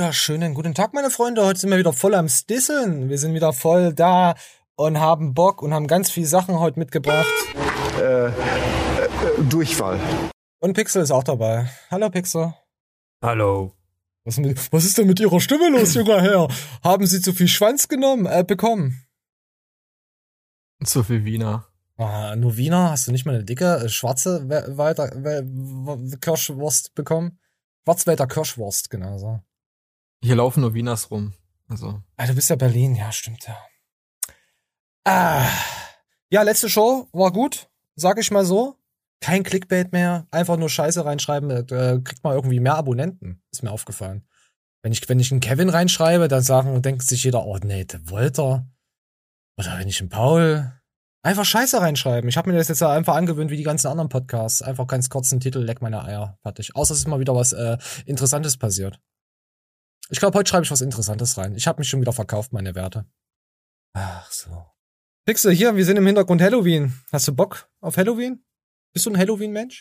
wunderschönen guten Tag, meine Freunde. Heute sind wir wieder voll am Stisseln. Wir sind wieder voll da und haben Bock und haben ganz viele Sachen heute mitgebracht. Durchfall. Und Pixel ist auch dabei. Hallo, Pixel. Hallo. Was ist denn mit Ihrer Stimme los, junger Herr? Haben Sie zu viel Schwanz bekommen? Zu viel Wiener. Ah, nur Wiener? Hast du nicht mal eine dicke, schwarze Kirschwurst bekommen? Schwarzwälder Kirschwurst, genau so. Hier laufen nur Wieners rum. Also. Ah, du bist ja Berlin, ja, stimmt ja. Ja, letzte Show war gut, sag ich mal so. Kein Clickbait mehr, einfach nur Scheiße reinschreiben, kriegt man irgendwie mehr Abonnenten, ist mir aufgefallen. Wenn ich einen Kevin reinschreibe, dann denkt sich jeder, oh nee, der Wolter. Oder wenn ich einen Paul, einfach Scheiße reinschreiben. Ich habe mir das jetzt einfach angewöhnt, wie die ganzen anderen Podcasts. Einfach ganz kurzen Titel, leck meine Eier, fertig. Außer es ist mal wieder was Interessantes passiert. Ich glaube, heute schreibe ich was Interessantes rein. Ich habe mich schon wieder verkauft, meine Werte. Ach so. Pixel, hier, wir sind im Hintergrund Halloween. Hast du Bock auf Halloween? Bist du ein Halloween-Mensch?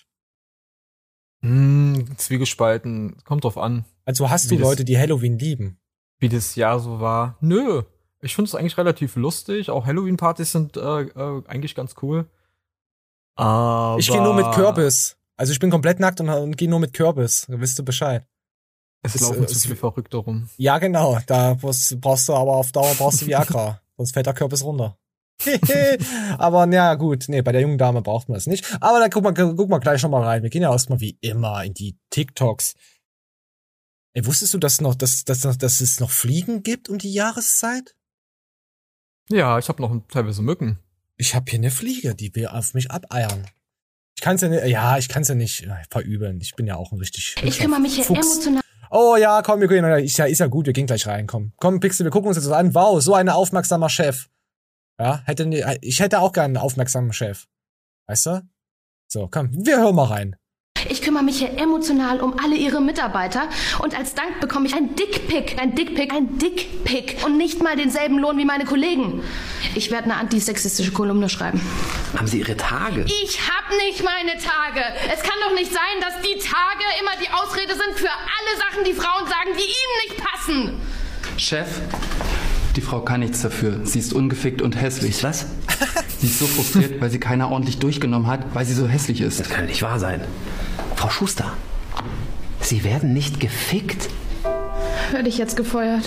Zwiegespalten. Kommt drauf an. Also hast du Leute, die Halloween lieben? Wie das Jahr so war? Nö. Ich finde es eigentlich relativ lustig. Auch Halloween-Partys sind eigentlich ganz cool. Aber ich gehe nur mit Kürbis. Also ich bin komplett nackt und gehe nur mit Kürbis. Da wisst du Bescheid. Es laufen zu viele Verrückte rum. Ja, genau. Da brauchst du aber auf Dauer Viagra. Sonst fällt der Kürbis runter. Aber na gut, nee, bei der jungen Dame braucht man es nicht. Aber dann guck mal gleich nochmal rein. Wir gehen ja erstmal wie immer in die TikToks. Ey, wusstest du, dass es noch Fliegen gibt um die Jahreszeit? Ja, ich habe noch teilweise Mücken. Ich habe hier eine Fliege, die will auf mich abeiern. Ich kann's ja nicht verübeln. Ich bin ja auch ein richtig Ich kümmere mich hier emotional. Oh ja, komm, wir gehen, ist ja gut, wir gehen gleich rein, komm. Komm, Pixel, wir gucken uns das an. Wow, so ein aufmerksamer Chef. Ja, ich hätte auch gerne einen aufmerksamen Chef. Weißt du? So, komm, wir hören mal rein. Ich kümmere mich hier emotional um alle ihre Mitarbeiter und als Dank bekomme ich ein Dickpick. Und nicht mal denselben Lohn wie meine Kollegen. Ich werde eine antisexistische Kolumne schreiben. Haben Sie Ihre Tage? Ich habe nicht meine Tage. Es kann doch nicht sein, dass die Tage immer die Ausrede sind für alle Sachen, die Frauen sagen, die ihnen nicht passen. Chef, die Frau kann nichts dafür. Sie ist ungefickt und hässlich. Was? Sie ist so frustriert, weil sie keiner ordentlich durchgenommen hat, weil sie so hässlich ist. Das kann ja nicht wahr sein. Frau Schuster, Sie werden nicht gefickt? Werde ich jetzt gefeuert.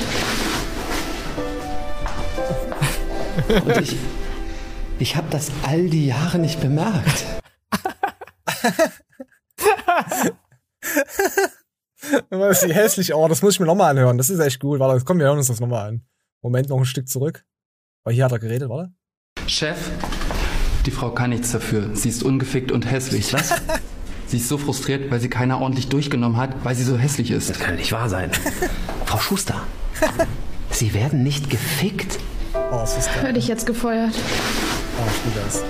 Und ich habe das all die Jahre nicht bemerkt. Das ist hässlich, oh, das muss ich mir nochmal anhören. Das ist echt gut. Warte, komm, wir hören uns das nochmal an. Moment, noch ein Stück zurück. Weil hier hat er geredet, warte. Chef, die Frau kann nichts dafür. Sie ist ungefickt und hässlich. Was? Sie ist so frustriert, weil sie keiner ordentlich durchgenommen hat, weil sie so hässlich ist. Das kann ja nicht wahr sein. Frau Schuster, Sie werden nicht gefickt? Oh, das ist geil. Werde ich jetzt gefeuert. Oh, ich liebe das.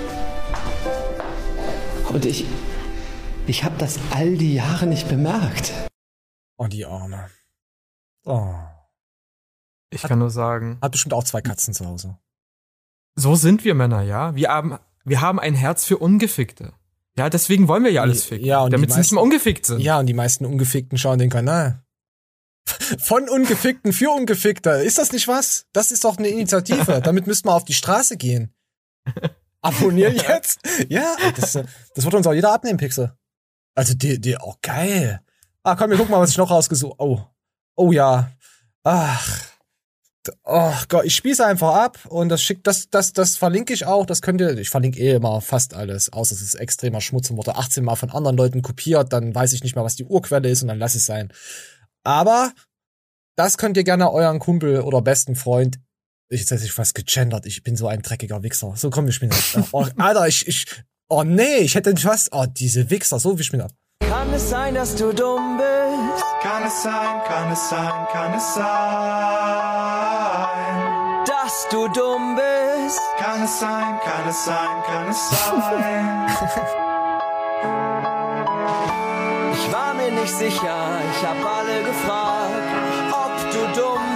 Und ich habe das all die Jahre nicht bemerkt. Oh, die Arme. Oh. Ich kann nur sagen. Hat bestimmt auch 2 Katzen zu Hause. So sind wir Männer, ja. Wir haben ein Herz für Ungefickte. Ja, deswegen wollen wir ja alles ficken. Ja, und damit sie nicht mehr ungefickt sind. Ja, und die meisten Ungefickten schauen den Kanal. Von Ungefickten für Ungefickte. Ist das nicht was? Das ist doch eine Initiative. Damit müssten wir auf die Straße gehen. Abonnieren jetzt. Ja, das wird uns auch jeder abnehmen, Pixel. Also oh, geil. Ah, komm, wir gucken mal, was ich noch rausgesucht. Oh ja. Ach. Oh Gott, ich spieße einfach ab und das verlinke ich auch, ich verlinke immer fast alles, außer es ist extremer Schmutz und wurde 18 Mal von anderen Leuten kopiert, dann weiß ich nicht mehr, was die Urquelle ist und dann lass es sein. Aber das könnt ihr gerne euren Kumpel oder besten Freund, jetzt hätte ich fast gegendert, ich bin so ein dreckiger Wichser. So, komm, wir spielen das. Oh, Alter, oh nee, ich hätte fast, diese Wichser, so wie spielen das. Kann es sein, dass du dumm bist? Kann es sein, kann es sein, kann es sein? Dass du dumm bist? Kann es sein, kann es sein, kann es sein? Ich war mir nicht sicher, ich hab alle gefragt, ob du dumm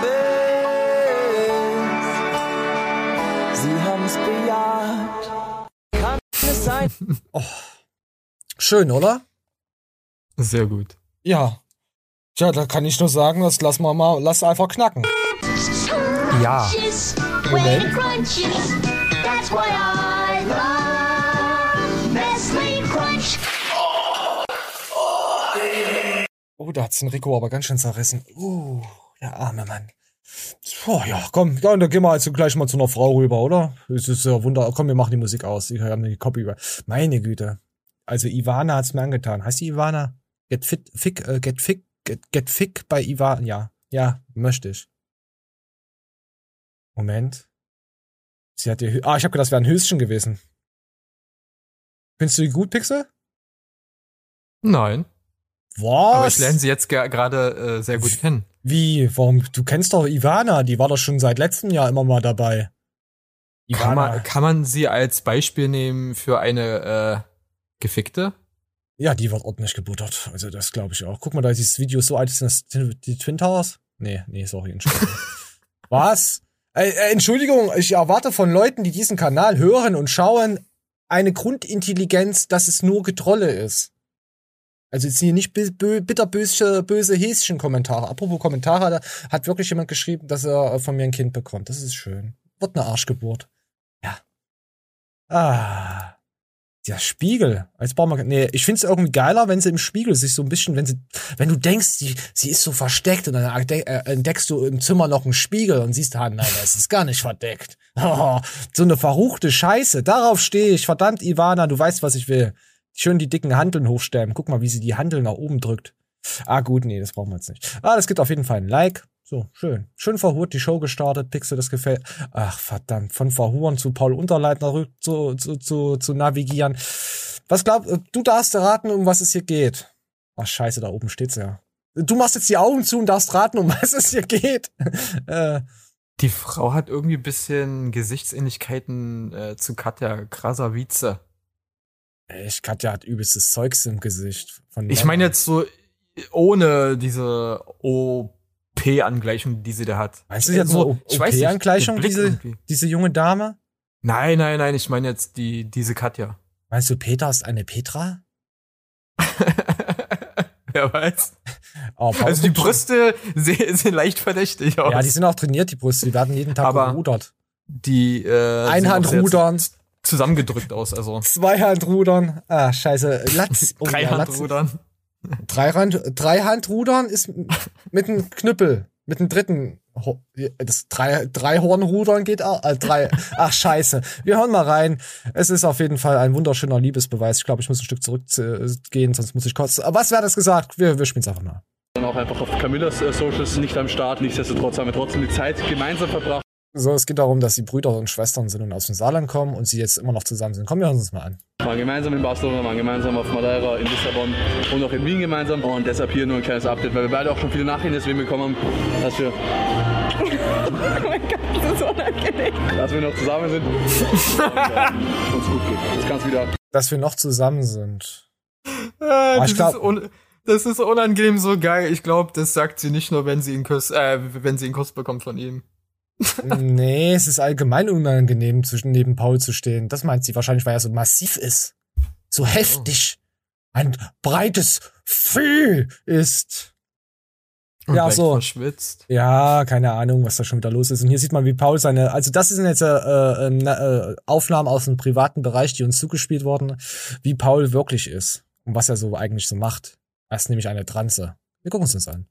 bist. Sie haben's bejaht. Kann es sein? Oh. Schön, oder? Sehr gut. Ja. Tja, da kann ich nur sagen, das lass einfach knacken. Ja. Moment. Oh, da hat's den Rico aber ganz schön zerrissen. Der arme Mann. Oh ja, komm, ja, dann gehen wir also gleich mal zu einer Frau rüber, oder? Es ist ja wunderbar. Komm, wir machen die Musik aus. Ich habe die Copy über. Meine Güte. Also Ivana hat's mir angetan. Heißt die Ivana? Get fick bei Ivana. Ja, möchte ich. Moment. Sie hat ich habe gedacht, das wäre ein Höschen gewesen. Findest du die gut, Pixel? Nein. Was? Aber ich lerne sie jetzt gerade sehr gut kennen. Wie? Warum? Du kennst doch Ivana, die war doch schon seit letztem Jahr immer mal dabei. Ivana. Kann man sie als Beispiel nehmen für eine Gefickte? Ja, die wird ordentlich gebuttert. Also das glaube ich auch. Guck mal, da ist dieses Video so alt, ist das die Twin Towers? Nee, sorry, Entschuldigung. Was? Entschuldigung, ich erwarte von Leuten, die diesen Kanal hören und schauen, eine Grundintelligenz, dass es nur Getrolle ist. Also jetzt hier nicht bitterböse Häschen-Kommentare. Apropos Kommentare, da hat wirklich jemand geschrieben, dass er von mir ein Kind bekommt. Das ist schön. Wird eine Arschgeburt. Ja. Der Spiegel. Ich find's irgendwie geiler, wenn sie im Spiegel sich so ein bisschen, wenn du denkst, sie ist so versteckt und dann entdeckst du im Zimmer noch einen Spiegel und siehst, nein, das ist gar nicht verdeckt. Oh, so eine verruchte Scheiße. Darauf stehe ich. Verdammt, Ivana, du weißt, was ich will. Schön die dicken Hanteln hochstellen. Guck mal, wie sie die Hanteln nach oben drückt. Gut, nee, das brauchen wir jetzt nicht. Das gibt auf jeden Fall ein Like. So, schön. Schön verhurt die Show gestartet. Pixel, das gefällt. Ach, verdammt. Von Verhuren zu Paul Unterleitner zu navigieren. Was du darfst raten, um was es hier geht. Ach, scheiße, da oben steht's ja. Du machst jetzt die Augen zu und darfst raten, um was es hier geht. Die Frau hat irgendwie ein bisschen Gesichtsähnlichkeiten zu Katja Krasavice. Echt, Katja hat übelstes Zeugs im Gesicht. Ich meine jetzt so ohne diese OP-Angleichung, die sie da hat. Meinst du jetzt so OP-Angleichung, diese junge Dame? Nein, ich meine jetzt diese Katja. Meinst du, Peter ist eine Petra? Wer weiß. Also die Brüste sind leicht verdächtig aus. Ja, die sind auch trainiert, die Brüste. Die werden jeden Tag gerudert. Die Einhandrudern. Zusammengedrückt aus, also. Zweihandrudern. Scheiße. Latz. Dreihandrudern. Dreihandrudern ist mit einem Knüppel. Mit einem dritten. Das Dreihornrudern geht auch. Scheiße. Wir hören mal rein. Es ist auf jeden Fall ein wunderschöner Liebesbeweis. Ich glaube, ich muss ein Stück zurückgehen, sonst muss ich kotzen. Aber was wäre das gesagt? Wir spielen es einfach mal. Dann auch einfach auf Camillas Socials nicht am Start. Nichtsdestotrotz haben wir trotzdem die Zeit gemeinsam verbracht. So, es geht darum, dass sie Brüder und Schwestern sind und aus dem Saarland kommen und sie jetzt immer noch zusammen sind. Komm, wir hören uns mal an. Wir waren gemeinsam in Barcelona, waren gemeinsam auf Madeira, in Lissabon und auch in Wien gemeinsam. Und deshalb hier nur ein kleines Update, weil wir beide auch schon viele Nachrichten deswegen bekommen haben, dass wir... Oh mein Gott, das ist so unangenehm. Dass wir noch zusammen sind und uns gut geht. Jetzt kann's wieder... Dass wir noch zusammen sind. Das ist unangenehm so geil. Ich glaube, das sagt sie nicht nur, wenn sie einen Kuss bekommt von ihm. Nee, es ist allgemein unangenehm, neben Paul zu stehen. Das meint sie wahrscheinlich, weil er so massiv ist. So heftig. Ein breites Vieh ist. Und ja, so. Verschwitzt. Ja, keine Ahnung, was da schon wieder los ist. Und hier sieht man, wie Paul also das sind jetzt Aufnahmen aus dem privaten Bereich, die uns zugespielt wurden, wie Paul wirklich ist. Und was er so eigentlich so macht. Er ist nämlich eine Transe. Wir gucken uns das an.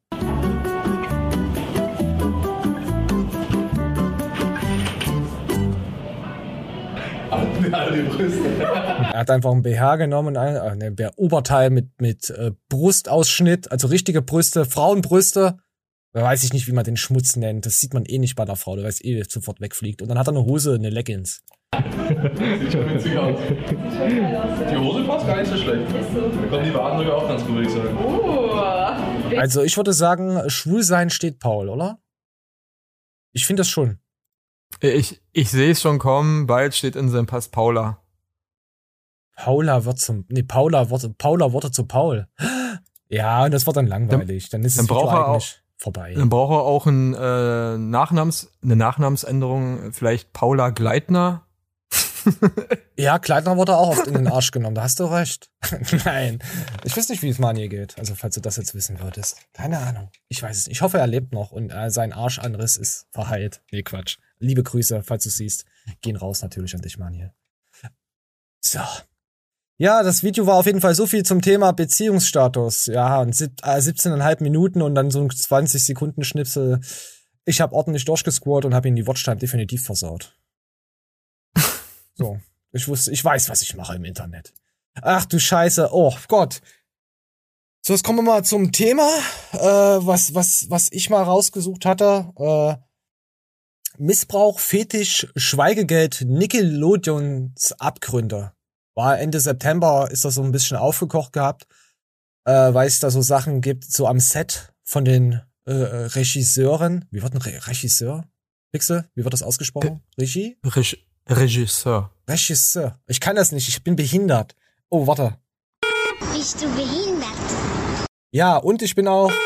Er hat einfach ein BH genommen, ein Oberteil mit Brustausschnitt, also richtige Brüste, Frauenbrüste. Da weiß ich nicht, wie man den Schmutz nennt. Das sieht man eh nicht bei der Frau, weil es sofort wegfliegt. Und dann hat er eine Hose, eine Leggings. Sieht schon witzig aus. Die Hose passt gar nicht so schlecht. Da kommen die Waden sogar auch ganz gut, würde ich sagen. Also ich würde sagen, Schwulsein steht Paul, oder? Ich finde das schon. Ich sehe es schon kommen, bald steht in seinem Pass Paula. Paula wird zu Paul. Ja, und das wird dann langweilig. Dann ist es eigentlich vorbei. Dann braucht er auch eine Nachnamensänderung, vielleicht Paula Gleitner. Ja, Kleidner wurde auch oft in den Arsch genommen, da hast du recht. Nein, ich weiß nicht, wie es Manje geht. Also, falls du das jetzt wissen würdest. Keine Ahnung. Ich weiß es nicht. Ich hoffe, er lebt noch und sein Arschanriss ist verheilt. Nee, Quatsch. Liebe Grüße, falls du siehst. Gehen raus natürlich an dich, Manje. So. Ja, das Video war auf jeden Fall so viel zum Thema Beziehungsstatus. Ja, und 17,5 Minuten und dann so ein 20 Sekunden Schnipsel. Ich habe ordentlich durchgescrollt und habe ihn die Watchtime definitiv versaut. So, ich weiß, was ich mache im Internet. Ach du Scheiße, oh Gott. So, jetzt kommen wir mal zum Thema, was ich mal rausgesucht hatte. Missbrauch, Fetisch, Schweigegeld, Nickelodeons Abgründe. War Ende September, ist das so ein bisschen aufgekocht gehabt, weil es da so Sachen gibt, so am Set von den Regisseuren. Wie wird ein Regisseur? Pixel? Wie wird das ausgesprochen? Regie? Regisseur. Regisseur. Ich kann das nicht, ich bin behindert. Oh, warte. Bist du behindert? Ja, und ich bin auch...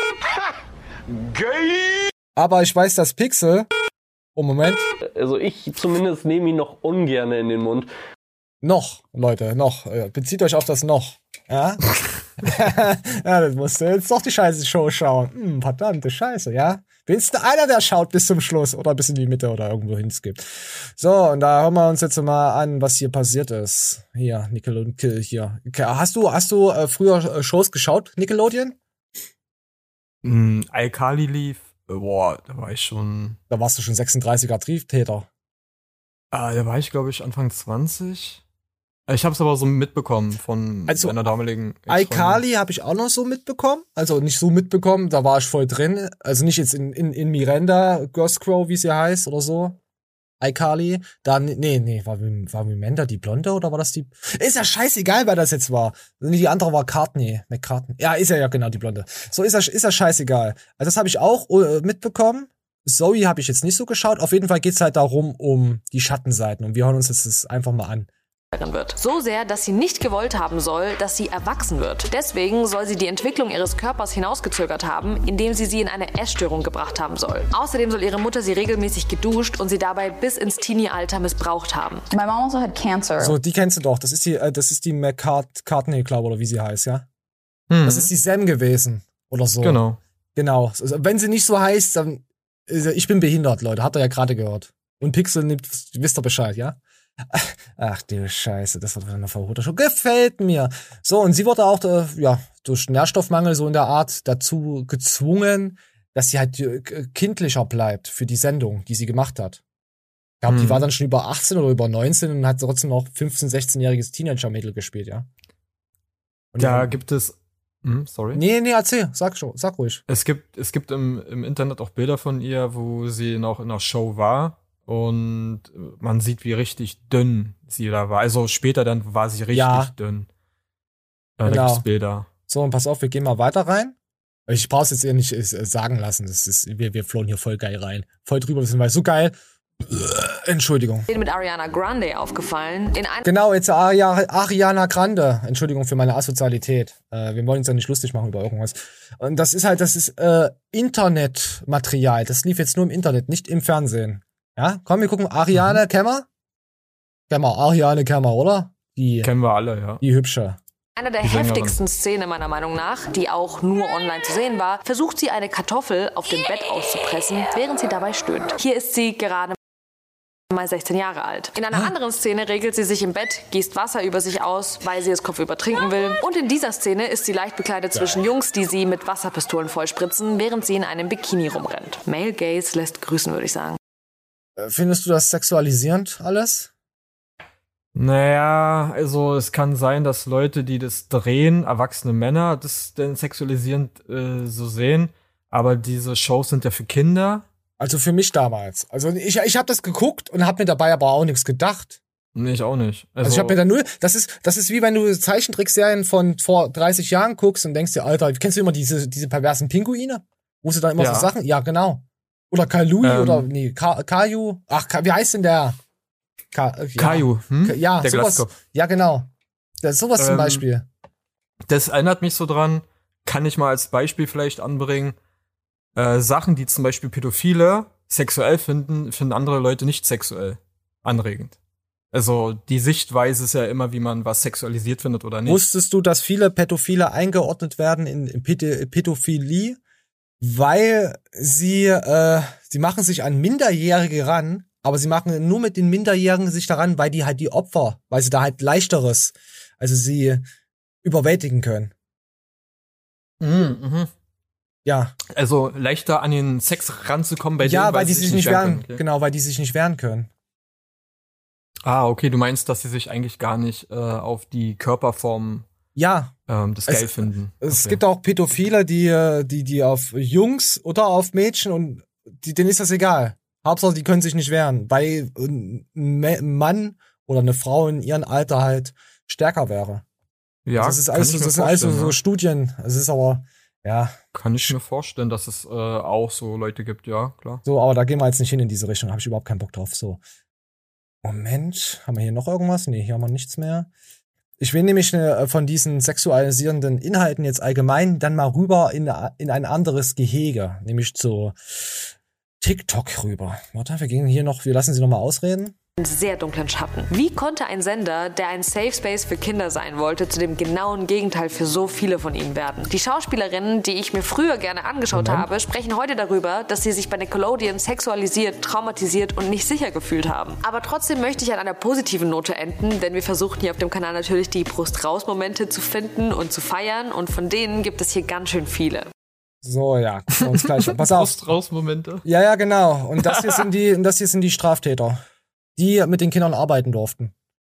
Gay! Aber ich weiß, dass Pixel... Oh, Moment. Also ich zumindest nehme ihn noch ungern in den Mund. Noch, Leute, noch. Bezieht euch auf das noch. Ja? Ja, das musst du jetzt doch die Scheiße-Show schauen. Verdammte Scheiße, ja? Bist du einer, der schaut bis zum Schluss oder bis in die Mitte oder irgendwo hinskippt. So, und da hören wir uns jetzt mal an, was hier passiert ist. Hier, Nickelodeon, hier. Hast du früher Shows geschaut, Nickelodeon? iCarly lief. Boah, da war ich schon... Da warst du schon 36er Triebtäter. Da war ich, glaube ich, Anfang 20. Ich habe es aber so mitbekommen von einer damaligen iCarly habe ich auch noch so mitbekommen. Also nicht so mitbekommen, da war ich voll drin. Also nicht jetzt in Miranda Cosgrove, wie sie heißt oder so. iCarly. Da, nee, war Miranda die Blonde oder war das die? Ist ja scheißegal, wer das jetzt war. Die andere war McCartney. Ja, ist ja genau die Blonde. So ist ja scheißegal. Also das habe ich auch mitbekommen. Zoe habe ich jetzt nicht so geschaut. Auf jeden Fall geht's halt darum, um die Schattenseiten. Und wir hören uns jetzt das einfach mal an. Wird. So sehr, dass sie nicht gewollt haben soll, dass sie erwachsen wird. Deswegen soll sie die Entwicklung ihres Körpers hinausgezögert haben, indem sie in eine Essstörung gebracht haben soll. Außerdem soll ihre Mutter sie regelmäßig geduscht und sie dabei bis ins Teenie-Alter missbraucht haben. My mom also had cancer. So, die kennst du doch. Das ist die McCartney, glaube ich, oder wie sie heißt, ja? Das ist die Sam gewesen. Oder so. Genau. Also, wenn sie nicht so heißt, dann ich bin behindert, Leute. Habt ihr ja gerade gehört. Und Pixel wisst ihr Bescheid, ja? Ach du Scheiße, das wird eine verholte Show. Gefällt mir. So, und sie wurde auch durch Nährstoffmangel so in der Art dazu gezwungen, dass sie halt kindlicher bleibt für die Sendung, die sie gemacht hat. Ich glaube, die war dann schon über 18 oder über 19 und hat trotzdem noch 15-, 16-jähriges Teenager-Mädel gespielt, ja. Und da gibt es... sorry? Nee, erzähl. Sag ruhig. Es gibt im Internet auch Bilder von ihr, wo sie noch in der Show war. Und man sieht, wie richtig dünn sie da war. Also später dann war sie richtig dünn. Da genau. gibt's Bilder. So, und pass auf, wir gehen mal weiter rein. Ich brauch's jetzt eher nicht sagen lassen. Wir flohen hier voll geil rein. Voll drüber, das ist so geil. Entschuldigung. Mit Ariana Grande aufgefallen. Genau, jetzt Ariana Grande. Entschuldigung für meine Asozialität. Wir wollen uns ja nicht lustig machen über irgendwas. Und das ist Internetmaterial. Das lief jetzt nur im Internet, nicht im Fernsehen. Ja, komm, wir gucken. Ariane Kemmer, oder? Die kennen wir alle, ja. Die hübsche. Einer der heftigsten Szenen meiner Meinung nach, die auch nur online zu sehen war, versucht sie eine Kartoffel auf dem Bett auszupressen, während sie dabei stöhnt. Hier ist sie gerade mal 16 Jahre alt. In einer anderen Szene regelt sie sich im Bett, gießt Wasser über sich aus, weil sie es kopfüber trinken will. Und in dieser Szene ist sie leicht bekleidet zwischen Jungs, die sie mit Wasserpistolen vollspritzen, während sie in einem Bikini rumrennt. Male Gaze lässt grüßen, würde ich sagen. Findest du das sexualisierend alles? Naja, also es kann sein, dass Leute, die das drehen, erwachsene Männer, das denn sexualisierend so sehen. Aber diese Shows sind ja für Kinder. Also für mich damals. Also ich habe das geguckt und habe mir dabei aber auch nichts gedacht. Nee, ich auch nicht. Also ich habe mir da nur, das ist wie wenn du Zeichentrickserien von vor 30 Jahren guckst und denkst dir, Alter, kennst du immer diese perversen Pinguine? Wo sie dann immer so Sachen, ja genau. Oder Kalui oder Caillou. Ach, wie heißt denn der? Caillou, ja, der sowas. Glaskopf. Ja, genau. Das ist sowas zum Beispiel. Das erinnert mich so dran, kann ich mal als Beispiel vielleicht anbringen. Sachen, die zum Beispiel Pädophile sexuell finden andere Leute nicht sexuell anregend. Also die Sichtweise ist ja immer, wie man was sexualisiert findet oder nicht. Wusstest du, dass viele Pädophile eingeordnet werden in Pädophilie, weil sie machen sich an Minderjährige ran, aber sie machen nur mit den Minderjährigen sich daran, weil die halt die Opfer, weil sie da halt leichteres, also sie überwältigen können. Ja. Also leichter an den Sex ranzukommen bei denen, ja, weil die sich nicht wehren können. Okay. Genau, weil die sich nicht wehren können. Ah, okay, du meinst, dass sie sich eigentlich gar nicht auf die Körperform das geil finden. Es gibt auch Pädophile, die auf Jungs oder auf Mädchen und denen ist das egal. Hauptsache, die können sich nicht wehren, weil ein Mann oder eine Frau in ihrem Alter halt stärker wäre. Ja, das ist alles, das sind alles so Studien. Es ist aber, ja. Kann ich mir vorstellen, dass es auch so Leute gibt, ja, klar. So, aber da gehen wir jetzt nicht hin in diese Richtung, habe ich überhaupt keinen Bock drauf. So. Moment, haben wir hier noch irgendwas? Nee, hier haben wir nichts mehr. Ich will nämlich von diesen sexualisierenden Inhalten jetzt allgemein dann mal rüber in ein anderes Gehege, nämlich zu TikTok rüber. Warte, wir lassen sie noch mal ausreden. Sehr dunklen Schatten. Wie konnte ein Sender, der ein Safe Space für Kinder sein wollte, zu dem genauen Gegenteil für so viele von ihnen werden? Die Schauspielerinnen, die ich mir früher gerne angeschaut habe, sprechen heute darüber, dass sie sich bei Nickelodeon sexualisiert, traumatisiert und nicht sicher gefühlt haben. Aber trotzdem möchte ich an einer positiven Note enden, denn wir versuchen hier auf dem Kanal natürlich die Brust-raus-Momente zu finden und zu feiern und von denen gibt es hier ganz schön viele. So, ja, uns gleich. Pass auf. Brust-raus-Momente? Ja, genau. Und das hier sind die Straftäter, die mit den Kindern arbeiten durften.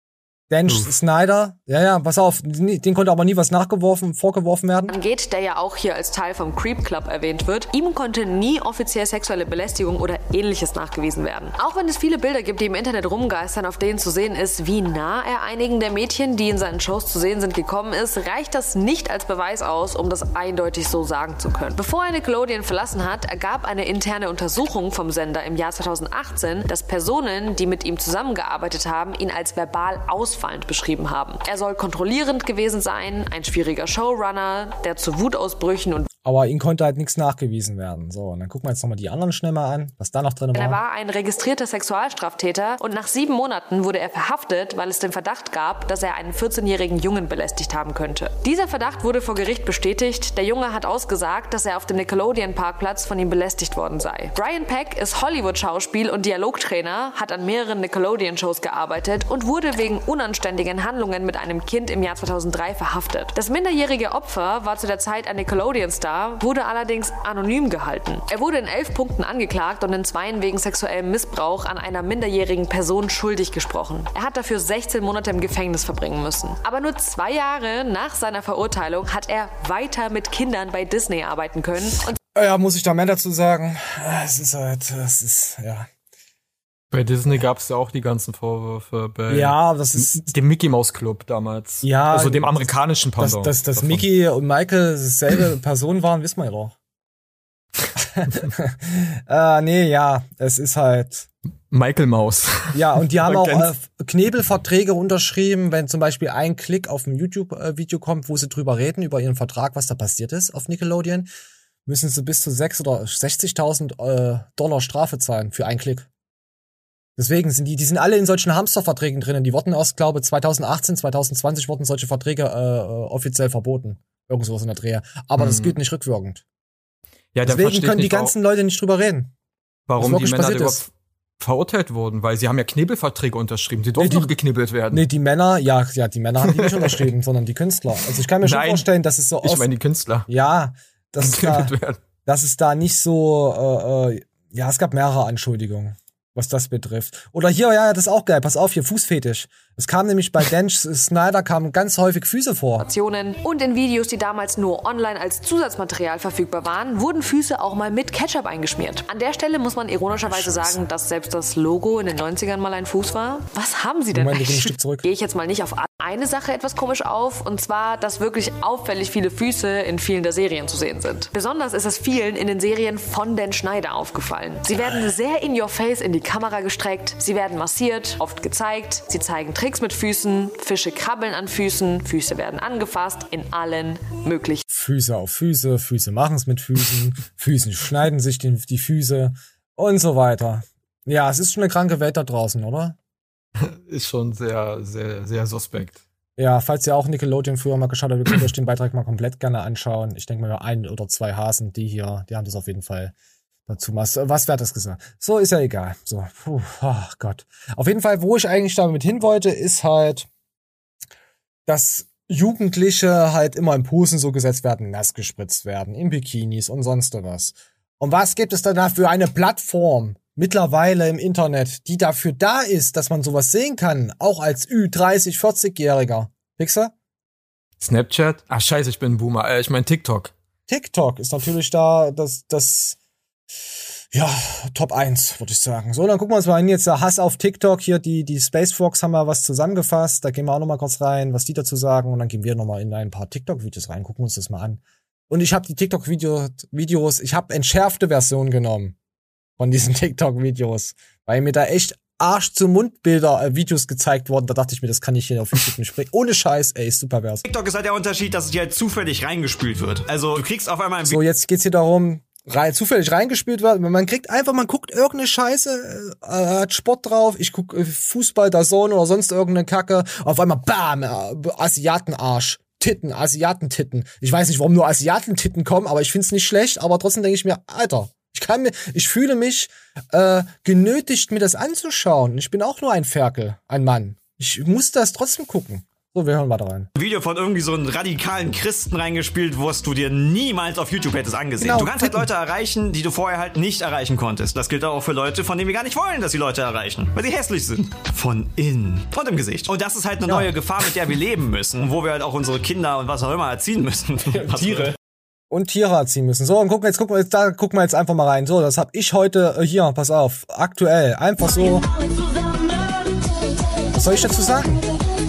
Dan Snyder, pass auf, den konnte aber nie was vorgeworfen werden. Angeht, der ja auch hier als Teil vom Creep Club erwähnt wird, ihm konnte nie offiziell sexuelle Belästigung oder ähnliches nachgewiesen werden. Auch wenn es viele Bilder gibt, die im Internet rumgeistern, auf denen zu sehen ist, wie nah er einigen der Mädchen, die in seinen Shows zu sehen sind, gekommen ist, reicht das nicht als Beweis aus, um das eindeutig so sagen zu können. Bevor er Nickelodeon verlassen hat, ergab eine interne Untersuchung vom Sender im Jahr 2018, dass Personen, die mit ihm zusammengearbeitet haben, ihn als verbal ausfallend beschrieben haben. Er soll kontrollierend gewesen sein, ein schwieriger Showrunner, der zu Wutausbrüchen und aber ihm konnte halt nichts nachgewiesen werden. So, und dann gucken wir jetzt nochmal die anderen schnell mal an, was da noch drin war. Er war ein registrierter Sexualstraftäter und nach 7 Monaten wurde er verhaftet, weil es den Verdacht gab, dass er einen 14-jährigen Jungen belästigt haben könnte. Dieser Verdacht wurde vor Gericht bestätigt. Der Junge hat ausgesagt, dass er auf dem Nickelodeon-Parkplatz von ihm belästigt worden sei. Brian Peck ist Hollywood-Schauspiel- und Dialogtrainer, hat an mehreren Nickelodeon-Shows gearbeitet und wurde wegen unanständigen Handlungen mit einem Kind im Jahr 2003 verhaftet. Das minderjährige Opfer war zu der Zeit ein Nickelodeon-Star, wurde allerdings anonym gehalten. Er wurde in 11 Punkten angeklagt und in 2 wegen sexuellem Missbrauch an einer minderjährigen Person schuldig gesprochen. Er hat dafür 16 Monate im Gefängnis verbringen müssen. Aber nur 2 Jahre nach seiner Verurteilung hat er weiter mit Kindern bei Disney arbeiten können. Und ja, muss ich da mehr dazu sagen? Bei Disney gab es ja auch die ganzen Vorwürfe bei das ist dem Mickey Mouse Club damals. Ja, also dem amerikanischen Pendant. Dass Mickey und Michael dieselbe Person waren, wissen wir ja doch. Es ist halt Michael Maus. Ja, und die haben auch Knebelverträge unterschrieben, wenn zum Beispiel ein Klick auf ein YouTube-Video kommt, wo sie drüber reden, über ihren Vertrag, was da passiert ist auf Nickelodeon, müssen sie bis zu 6.000 oder 60.000 Dollar Strafe zahlen für einen Klick. Deswegen sind die sind alle in solchen Hamsterverträgen drinnen. Die wurden erst, glaube 2018, 2020 wurden solche Verträge offiziell verboten. Irgendwas in der Dreh. Aber das gilt nicht rückwirkend. Ja, deswegen können die ganzen Leute nicht drüber reden. Warum die Männer überhaupt verurteilt wurden? Weil sie haben ja Knebelverträge unterschrieben. Sie durften doch geknebelt werden. Nee, die Männer, die Männer haben die nicht unterschrieben, sondern die Künstler. Also ich kann mir schon vorstellen, dass es so ich meine die Künstler. Ja, dass es da nicht so, es gab mehrere Anschuldigungen, was das betrifft. Oder hier, das ist auch geil, pass auf, hier, Fußfetisch. Es kam nämlich bei Dan Snyder kamen ganz häufig Füße vor. Und in Videos, die damals nur online als Zusatzmaterial verfügbar waren, wurden Füße auch mal mit Ketchup eingeschmiert. An der Stelle muss man ironischerweise sagen, dass selbst das Logo in den 90ern mal ein Fuß war. Was haben sie denn eigentlich? Gehe ich jetzt mal nicht auf eine Sache etwas komisch auf, und zwar, dass wirklich auffällig viele Füße in vielen der Serien zu sehen sind. Besonders ist es vielen in den Serien von Dan Snyder aufgefallen. Sie werden sehr in your face in die Kamera gestreckt, sie werden massiert, oft gezeigt, sie zeigen Tricks mit Füßen, Fische krabbeln an Füßen, Füße werden angefasst, in allen möglichen. Füße auf Füße, Füße machen es mit Füßen, Füßen schneiden sich die Füße und so weiter. Ja, es ist schon eine kranke Welt da draußen, oder? ist schon sehr, sehr, sehr suspekt. Ja, falls ihr auch Nickelodeon früher mal geschaut habt, ihr könnt euch den Beitrag mal komplett gerne anschauen. Ich denke mal, 1 oder 2 Hasen, die haben das auf jeden Fall dazu. Was wer hat das gesagt? So, ist ja egal. So, oh Gott. Auf jeden Fall, wo ich eigentlich damit hin wollte, ist halt, dass Jugendliche halt immer in Posen so gesetzt werden, nass gespritzt werden, in Bikinis und sonst was. Und was gibt es danach für eine Plattform mittlerweile im Internet, die dafür da ist, dass man sowas sehen kann, auch als Ü30, 40-Jähriger? Fixer? Snapchat? Ach scheiße, ich bin ein Boomer. Ich meine TikTok. TikTok ist natürlich da ja, Top 1, würde ich sagen. So, dann gucken wir uns mal hin. Jetzt der Hass auf TikTok. Hier, die Space Fox haben wir was zusammengefasst. Da gehen wir auch noch mal kurz rein, was die dazu sagen. Und dann gehen wir noch mal in ein paar TikTok-Videos rein. Gucken uns das mal an. Und ich habe die TikTok-Videos, ich habe entschärfte Version genommen von diesen TikTok-Videos, weil mir da echt Arsch-zu-Mund-Bilder, Videos gezeigt wurden. Da dachte ich mir, das kann ich hier auf YouTube nicht bringen. Ohne Scheiß, ey, super wär's. TikTok ist halt der Unterschied, dass es dir halt zufällig reingespült wird. Also, du kriegst auf einmal ein So, jetzt geht's hier darum, zufällig reingespült wird. Man guckt irgendeine Scheiße, hat Sport drauf, ich guck Fußball, DAZN oder sonst irgendeine Kacke. Auf einmal, bam, Asiatenarsch. Asiatentitten. Ich weiß nicht, warum nur Asiatentitten kommen, aber ich find's nicht schlecht, aber trotzdem denke ich mir, Alter, ich fühle mich genötigt, mir das anzuschauen. Ich bin auch nur ein Ferkel, ein Mann. Ich muss das trotzdem gucken. So, wir hören weiter rein. Video von irgendwie so einem radikalen Christen reingespielt, was du dir niemals auf YouTube hättest angesehen. Genau, du kannst halt Leute erreichen, die du vorher halt nicht erreichen konntest. Das gilt auch für Leute, von denen wir gar nicht wollen, dass die Leute erreichen, weil sie hässlich sind. Von innen und im Gesicht. Und das ist halt eine neue Gefahr, mit der wir leben müssen. Und wo wir halt auch unsere Kinder und was auch immer erziehen müssen. Tiere. Und Tiere erziehen müssen. So, und gucken wir jetzt einfach mal rein. So, das habe ich heute hier, pass auf, aktuell, einfach so. Was soll ich dazu sagen?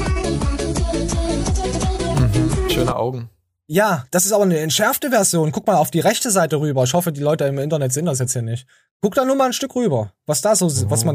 Schöne Augen. Ja, das ist aber eine entschärfte Version. Guck mal auf die rechte Seite rüber. Ich hoffe, die Leute im Internet sehen das jetzt hier nicht. Guck da nur mal ein Stück rüber. Was man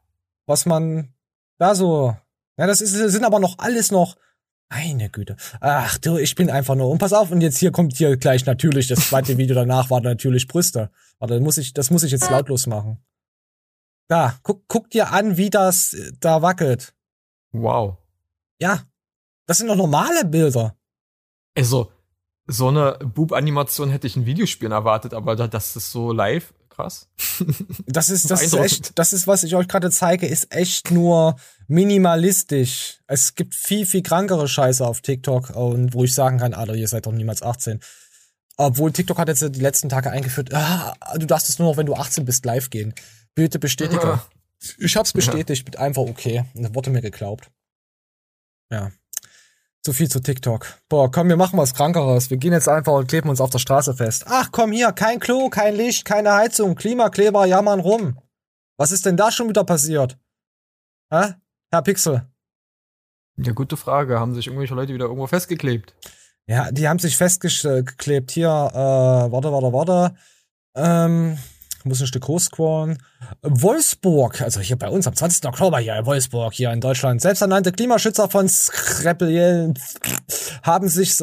da so. Ja, sind aber noch alles noch. Meine Güte. Ach du, ich bin einfach nur. Und pass auf, und jetzt kommt hier gleich natürlich, das zweite Video danach war natürlich Brüste. Warte, das muss ich jetzt lautlos machen. Da, guck dir an, wie das da wackelt. Wow. Ja, das sind doch normale Bilder. Also, so eine Boob-Animation hätte ich in Videospielen erwartet, aber das ist so live, krass. Das ist echt, was ich euch gerade zeige, ist echt nur minimalistisch. Es gibt viel, viel krankere Scheiße auf TikTok, und wo ich sagen kann, Alter, ihr seid doch niemals 18. Obwohl TikTok hat jetzt die letzten Tage eingeführt, du darfst es nur noch, wenn du 18 bist, live gehen. Bitte bestätige. Ich hab's bestätigt, mit einfach okay. Und das wurde mir geglaubt. Ja. So viel zu TikTok. Boah, komm, wir machen was Krankeres. Wir gehen jetzt einfach und kleben uns auf der Straße fest. Ach komm hier, kein Klo, kein Licht, keine Heizung, Klimakleber jammern rum. Was ist denn da schon wieder passiert? Hä? Herr Pixel? Ja, gute Frage. Haben sich irgendwelche Leute wieder irgendwo festgeklebt? Ja, die haben sich festgeklebt. Hier, warte. Muss ein Stück hochscrollen. Wolfsburg, also hier bei uns am 20. Oktober hier in Wolfsburg, hier in Deutschland. Selbsternannte Klimaschützer von Skrepel haben sich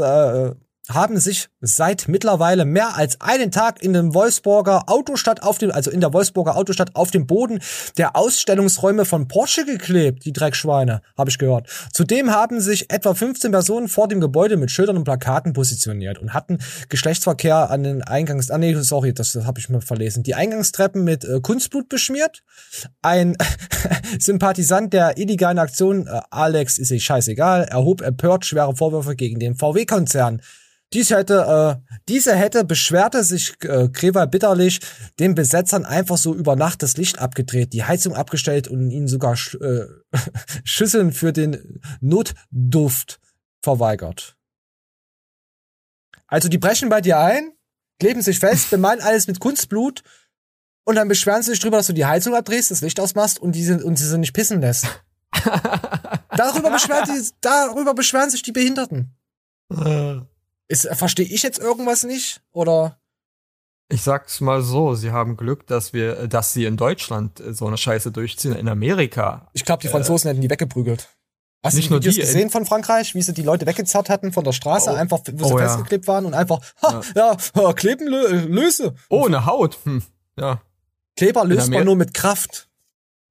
seit mittlerweile mehr als einen Tag in der Wolfsburger Autostadt auf dem Boden der Ausstellungsräume von Porsche geklebt, die Dreckschweine, habe ich gehört. Zudem haben sich etwa 15 Personen vor dem Gebäude mit Schildern und Plakaten positioniert und hatten Geschlechtsverkehr an den das habe ich mir verlesen. Die Eingangstreppen mit Kunstblut beschmiert. Ein Sympathisant der illegalen Aktion, Alex ist sich scheißegal, erhob empört schwere Vorwürfe gegen den VW-Konzern. Diese hätte, beschwerte sich Kreval bitterlich, den Besetzern einfach so über Nacht das Licht abgedreht, die Heizung abgestellt und ihnen sogar Schüsseln für den Notduft verweigert. Also die brechen bei dir ein, kleben sich fest, bemalen alles mit Kunstblut und dann beschweren sie sich drüber, dass du die Heizung abdrehst, das Licht ausmachst und sie nicht pissen lässt. Darüber beschweren sich die Behinderten. Verstehe ich jetzt irgendwas nicht? Oder? Ich sag's mal so, sie haben Glück, dass sie in Deutschland so eine Scheiße durchziehen. In Amerika. Ich glaube, die Franzosen hätten die weggeprügelt. Hast du die Videos gesehen von Frankreich, wie sie die Leute weggezerrt hatten von der Straße, einfach, wo sie festgeklebt waren und einfach, kleben löse. Ohne Haut. Ja. Kleber löst man nur mit Kraft.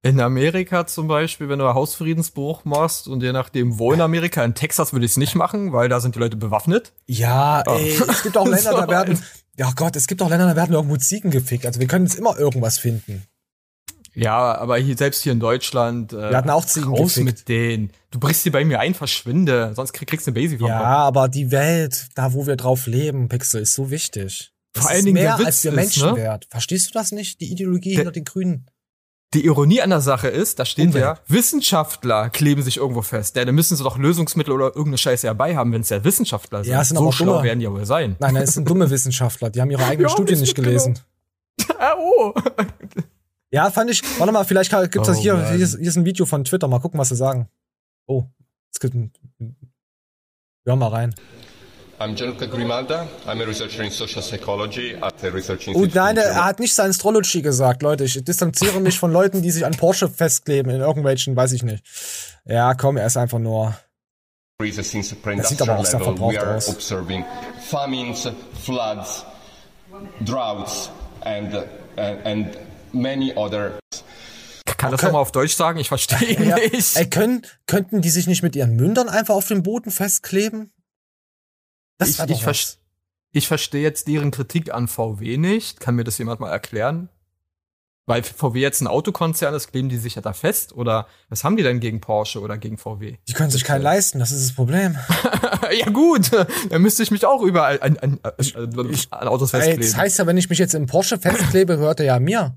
In Amerika zum Beispiel, wenn du Hausfriedensbruch machst und je nachdem wo in Amerika, in Texas würde ich es nicht machen, weil da sind die Leute bewaffnet. Ja, ey, es gibt auch Länder, da werden, ja Gott, es gibt auch Länder, da werden irgendwo Ziegen gefickt. Also wir können jetzt immer irgendwas finden. Ja, aber selbst hier in Deutschland, wir hatten auch Ziegen raus gefickt. mit denen. Du brichst die bei mir ein, verschwinde, sonst kriegst du eine Basic vom Ja, Kopf. aber die Welt, da wo wir drauf leben, Pixel, ist so wichtig. Das Vor allen Dingen mehr der Witz als wir ist, Menschen ne? wert. Verstehst du das nicht? Die Ideologie hinter den Grünen. Die Ironie an der Sache ist, da steht ja, Wissenschaftler kleben sich irgendwo fest. Ja, dann müssen sie doch Lösungsmittel oder irgendeine Scheiße dabei haben, wenn es ja Wissenschaftler sind. Ja, es sind so aber schlau dumme. werden die ja wohl sein. Nein, es sind dumme Wissenschaftler. Die haben ihre eigenen Studien nicht gelesen. Oh. Ja, fand ich. Warte mal, vielleicht gibt's das hier. Mann. Hier ist ein Video von Twitter. Mal gucken, was sie sagen. Oh, es gibt ein. Hör mal rein. I'm Gianluca Grimalda. I'm a researcher in social psychology at the Research Oh Institute. nein, er hat nicht Scientology gesagt, Leute. Ich distanziere mich von Leuten, die sich an Porsche festkleben in irgendwelchen, weiß ich nicht. Ja, komm, er ist einfach nur. Das sieht aber auch sehr verbraucht aus. Observing famines, floods, droughts and many other. Kann das nochmal auf Deutsch sagen? Ich verstehe ihn nicht. Ey, könnten die sich nicht mit ihren Mündern einfach auf dem Boden festkleben? Ich verstehe jetzt deren Kritik an VW nicht. Kann mir das jemand mal erklären? Weil VW jetzt ein Autokonzern ist, kleben die sich ja da fest? Oder was haben die denn gegen Porsche oder gegen VW? Die können sich keinen leisten, das ist das Problem. Ja gut, dann müsste ich mich auch überall an Autos festkleben. Ey, das heißt ja, wenn ich mich jetzt im Porsche festklebe, gehört er ja mir.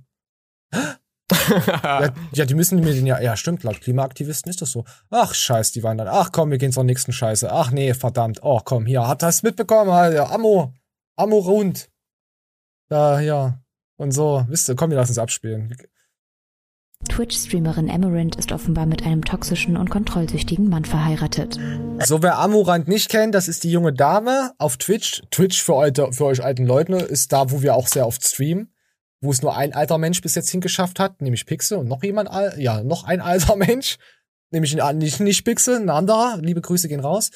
Ja, die müssen mir den ja, stimmt, laut Klimaaktivisten ist das so. Ach, scheiß, die waren dann, ach komm, wir gehen zur nächsten Scheiße. Ach nee, verdammt, oh komm, hier, hat das mitbekommen, Alter, Ammo rund. Da, ja, und so, wisst ihr, komm, wir lassen es abspielen. Twitch-Streamerin Amarant ist offenbar mit einem toxischen und kontrollsüchtigen Mann verheiratet. So, wer Amorant nicht kennt, das ist die junge Dame auf Twitch. Twitch für euch alten Leute ist da, wo wir auch sehr oft streamen. Wo es nur ein alter Mensch bis jetzt hingeschafft hat, nämlich Pixel und noch ein alter Mensch, nämlich nicht Pixel, ein anderer, liebe Grüße gehen raus.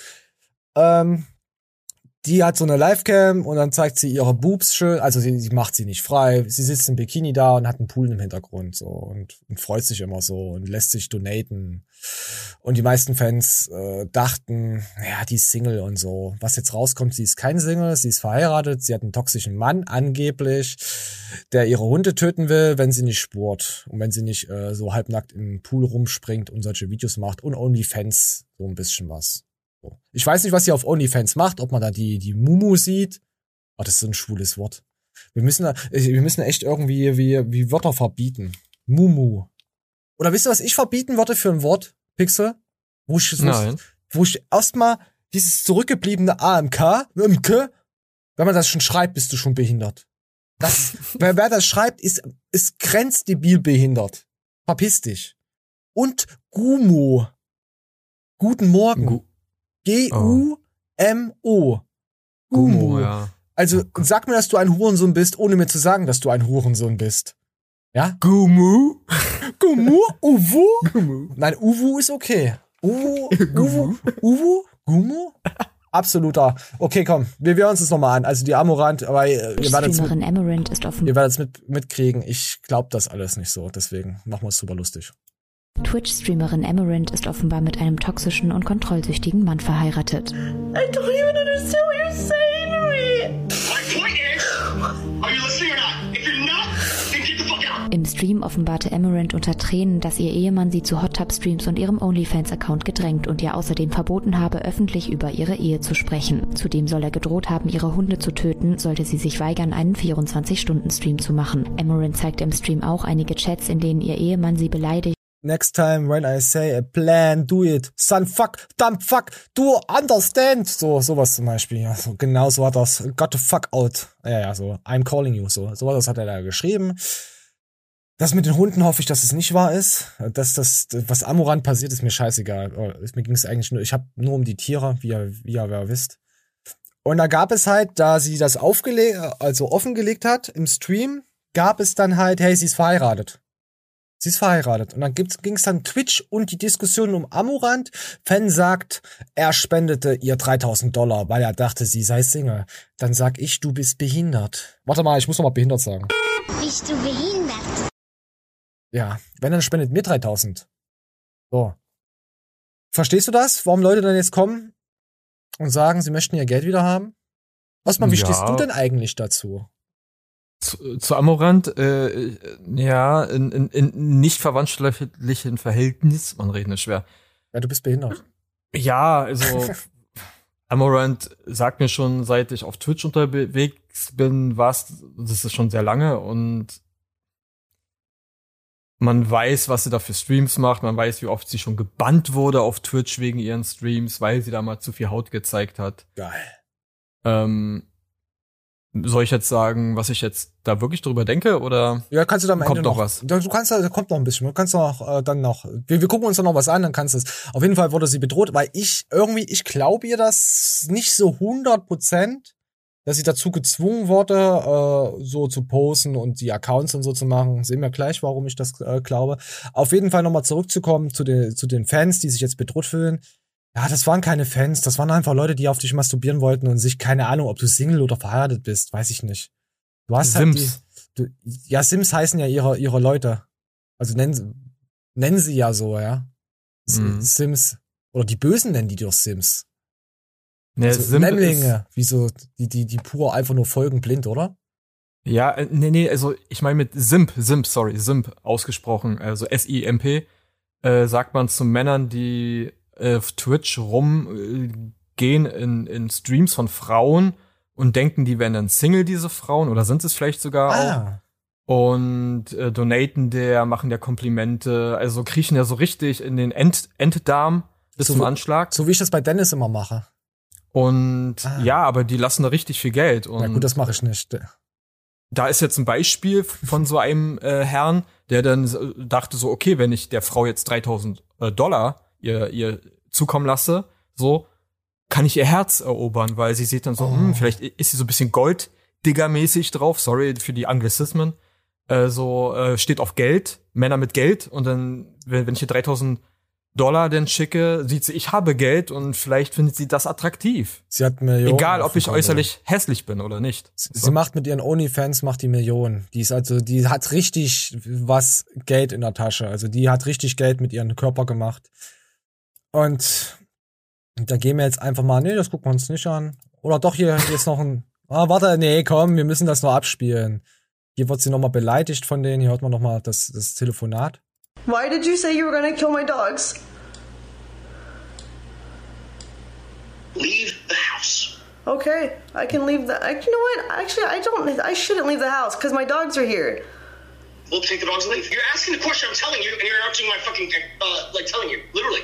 Die hat so eine Livecam und dann zeigt sie ihre Boobs schön, also sie macht sie nicht frei, sie sitzt im Bikini da und hat einen Pool im Hintergrund so und freut sich immer so und lässt sich donaten. Und die meisten Fans dachten, ja, die ist Single und so. Was jetzt rauskommt, sie ist kein Single, sie ist verheiratet, sie hat einen toxischen Mann angeblich, der ihre Hunde töten will, wenn sie nicht spurt und wenn sie nicht so halbnackt im Pool rumspringt und solche Videos macht und OnlyFans so ein bisschen was. So. Ich weiß nicht, was sie auf OnlyFans macht, ob man da die Mumu sieht. Oh, das ist so ein schwules Wort. Wir müssen echt irgendwie wie Wörter verbieten. Mumu. Oder wisst ihr, was ich verbieten würde für ein Wort, Pixel? Wo ich erstmal dieses zurückgebliebene AMK, wenn man das schon schreibt, bist du schon behindert. Wer das schreibt, ist grenzdebil behindert. Verpiss dich. Und Gumo. Guten Morgen. G-U-M-O. Gumo. Ja. Also sag mir, dass du ein Hurensohn bist, ohne mir zu sagen, dass du ein Hurensohn bist. Ja? Gumu? Gumu? Uwu? Gumu. Nein, Uwu ist okay. Uwu? Gumu? Absoluter. Okay, komm, wir hören uns das nochmal an. Also die Amorant, aber ihr werdet es mitkriegen. Ich glaube das alles nicht so, deswegen machen wir es super lustig. Twitch-Streamerin Amarant ist offenbar mit einem toxischen und kontrollsüchtigen Mann verheiratet. I don't even understand what you're saying to me. My point is, are you listening or not? If you're not, then get the fuck out. Im Stream offenbarte Amarant unter Tränen, dass ihr Ehemann sie zu Hot-Tub-Streams und ihrem OnlyFans-Account gedrängt und ihr außerdem verboten habe, öffentlich über ihre Ehe zu sprechen. Zudem soll er gedroht haben, ihre Hunde zu töten, sollte sie sich weigern, einen 24-Stunden-Stream zu machen. Amarant zeigte im Stream auch einige Chats, in denen ihr Ehemann sie beleidigt. Next time when I say a plan, do it. Son, fuck, dumb fuck, do understand. Sowas zum Beispiel. Ja, so, genau so hat das. Got the fuck out. Ja, so. I'm calling you. Sowas hat er da geschrieben. Das mit den Hunden hoffe ich, dass es nicht wahr ist. Was Amorant passiert, ist mir scheißegal. Mir ging es eigentlich nur, ich habe nur um die Tiere, wie ihr wisst. Und da gab es halt, da sie das offengelegt hat im Stream, gab es dann halt, hey, sie ist verheiratet. Sie ist verheiratet. Und dann ging es dann Twitch und die Diskussion um Amorant. Fan sagt, er spendete ihr $3.000, weil er dachte, sie sei Single. Dann sag ich, du bist behindert. Warte mal, ich muss noch mal behindert sagen. Bist du behindert? Ja, wenn, dann spendet mir 3.000. So. Verstehst du das? Warum Leute dann jetzt kommen und sagen, sie möchten ihr Geld wieder haben? Osman, wie stehst du denn eigentlich dazu? Zu Amorant, ja, in nicht verwandtschaftlichen Verhältnis, man redet nicht schwer. Ja, du bist behindert. Ja, also Amorant sagt mir schon, seit ich auf Twitch unterwegs bin, das ist schon sehr lange und man weiß, was sie da für Streams macht, man weiß, wie oft sie schon gebannt wurde auf Twitch wegen ihren Streams, weil sie da mal zu viel Haut gezeigt hat. Geil. Soll ich jetzt sagen, was ich jetzt da wirklich drüber denke, oder? Ja, kannst du da am Ende kommt noch was? Du kannst, da kommt noch ein bisschen. Du kannst noch, dann noch. Wir gucken uns da noch was an, dann kannst du es. Auf jeden Fall wurde sie bedroht, weil ich glaube ihr das nicht so 100%, dass sie dazu gezwungen wurde, so zu posten und die Accounts und so zu machen. Sehen wir gleich, warum ich das glaube. Auf jeden Fall nochmal zurückzukommen zu den Fans, die sich jetzt bedroht fühlen. Ja, das waren keine Fans, das waren einfach Leute, die auf dich masturbieren wollten und sich, keine Ahnung, ob du Single oder verheiratet bist, weiß ich nicht. Du hast Sims. Halt ja, Sims heißen ja ihre Leute. Also nennen sie ja so, ja. Sims. Oder die Bösen nennen die doch Sims. Ne, also Memlinge, wie so, die pur einfach nur folgen blind, oder? Ja, nee, also ich meine mit Simp ausgesprochen, also S-I-M-P, sagt man zu Männern, die auf Twitch rumgehen in Streams von Frauen und denken, die wären dann Single, diese Frauen, oder sind es vielleicht sogar auch. Und donaten machen der Komplimente, also kriechen ja so richtig in den Enddarm bis zum Anschlag. So wie ich das bei Dennis immer mache. Und ja, aber die lassen da richtig viel Geld. Und ja gut, das mache ich nicht. Da ist jetzt ein Beispiel von so einem Herrn, der dann dachte so, okay, wenn ich der Frau jetzt $3.000 ihr zukommen lasse, so kann ich ihr Herz erobern, weil sie sieht dann so, vielleicht ist sie so ein bisschen Golddigger-mäßig drauf, sorry für die Anglizismen, steht auf Geld, Männer mit Geld, und dann, wenn ich ihr $3.000 dann schicke, sieht sie, ich habe Geld, und vielleicht findet sie das attraktiv. Sie hat Millionen. Egal, ob ich äußerlich hässlich bin oder nicht. Sie macht mit ihren OnlyFans, die Millionen. Die hat richtig was Geld in der Tasche. Also die hat richtig Geld mit ihrem Körper gemacht. Und da gehen wir jetzt einfach mal, nee, das gucken wir uns nicht an. Oder doch, hier ist noch ein, warte, nee, komm, wir müssen das noch abspielen. Hier wird sie nochmal beleidigt von denen, hier hört man nochmal das Telefonat. Why did you say you were gonna kill my dogs? Leave the house. Okay, I can leave you know what? Actually, I shouldn't leave the house because my dogs are here. We'll take the dogs and leave. You're asking the question, I'm telling you, and you're interrupting my fucking, telling you. Literally.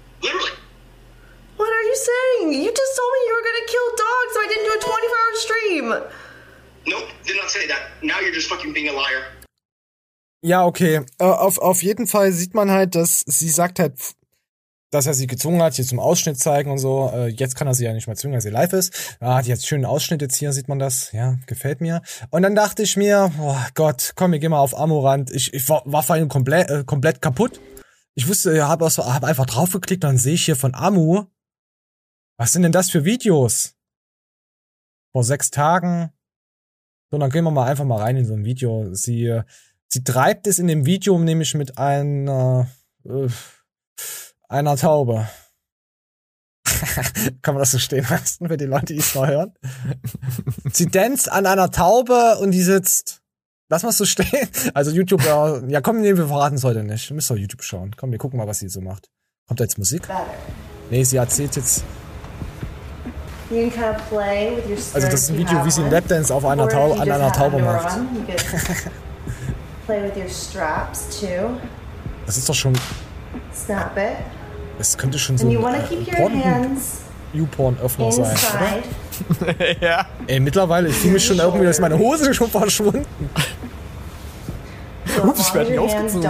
What are you saying? You just told me you were gonna kill dogs so I didn't do a 24-hour stream. Nope, did not say that. Now you're just fucking being a liar. Ja, okay. Auf jeden Fall sieht man halt, dass sie sagt halt, dass er sie gezwungen hat, hier zum Ausschnitt zeigen und so. Jetzt kann er sie ja nicht mehr zwingen, weil sie live ist. Die hat schönen Ausschnitt jetzt hier, sieht man das. Ja, gefällt mir. Und dann dachte ich mir, oh Gott, komm, wir gehen mal auf Amorant. Ich war vorhin komplett kaputt. Ich wusste, hab einfach draufgeklickt und dann sehe ich hier von Amu. Was sind denn das für Videos? Vor 6 Tagen. So, dann gehen wir mal einfach mal rein in so ein Video. Sie treibt es in dem Video nämlich mit einer Taube. Kann man das so stehen lassen für die Leute, die es noch hören? Sie danst an einer Taube und die sitzt. Lass mal so stehen. Also YouTube, ja komm, nee, wir verraten es heute nicht. Wir müssen auf YouTube schauen. Komm, wir gucken mal, was sie so macht. Kommt da jetzt Musik? Nee, sie erzählt jetzt. Also das ist ein Video, wie sie einen Lapdance auf einer Taube macht. Das ist doch schon. Snap it. Das könnte schon so ein YouPorn-Öffner sein, oder? Ja. Ey, mittlerweile, ich fühle mich schon irgendwie, dass meine Hose schon verschwunden. Ups, ich werde nicht ausgezogen.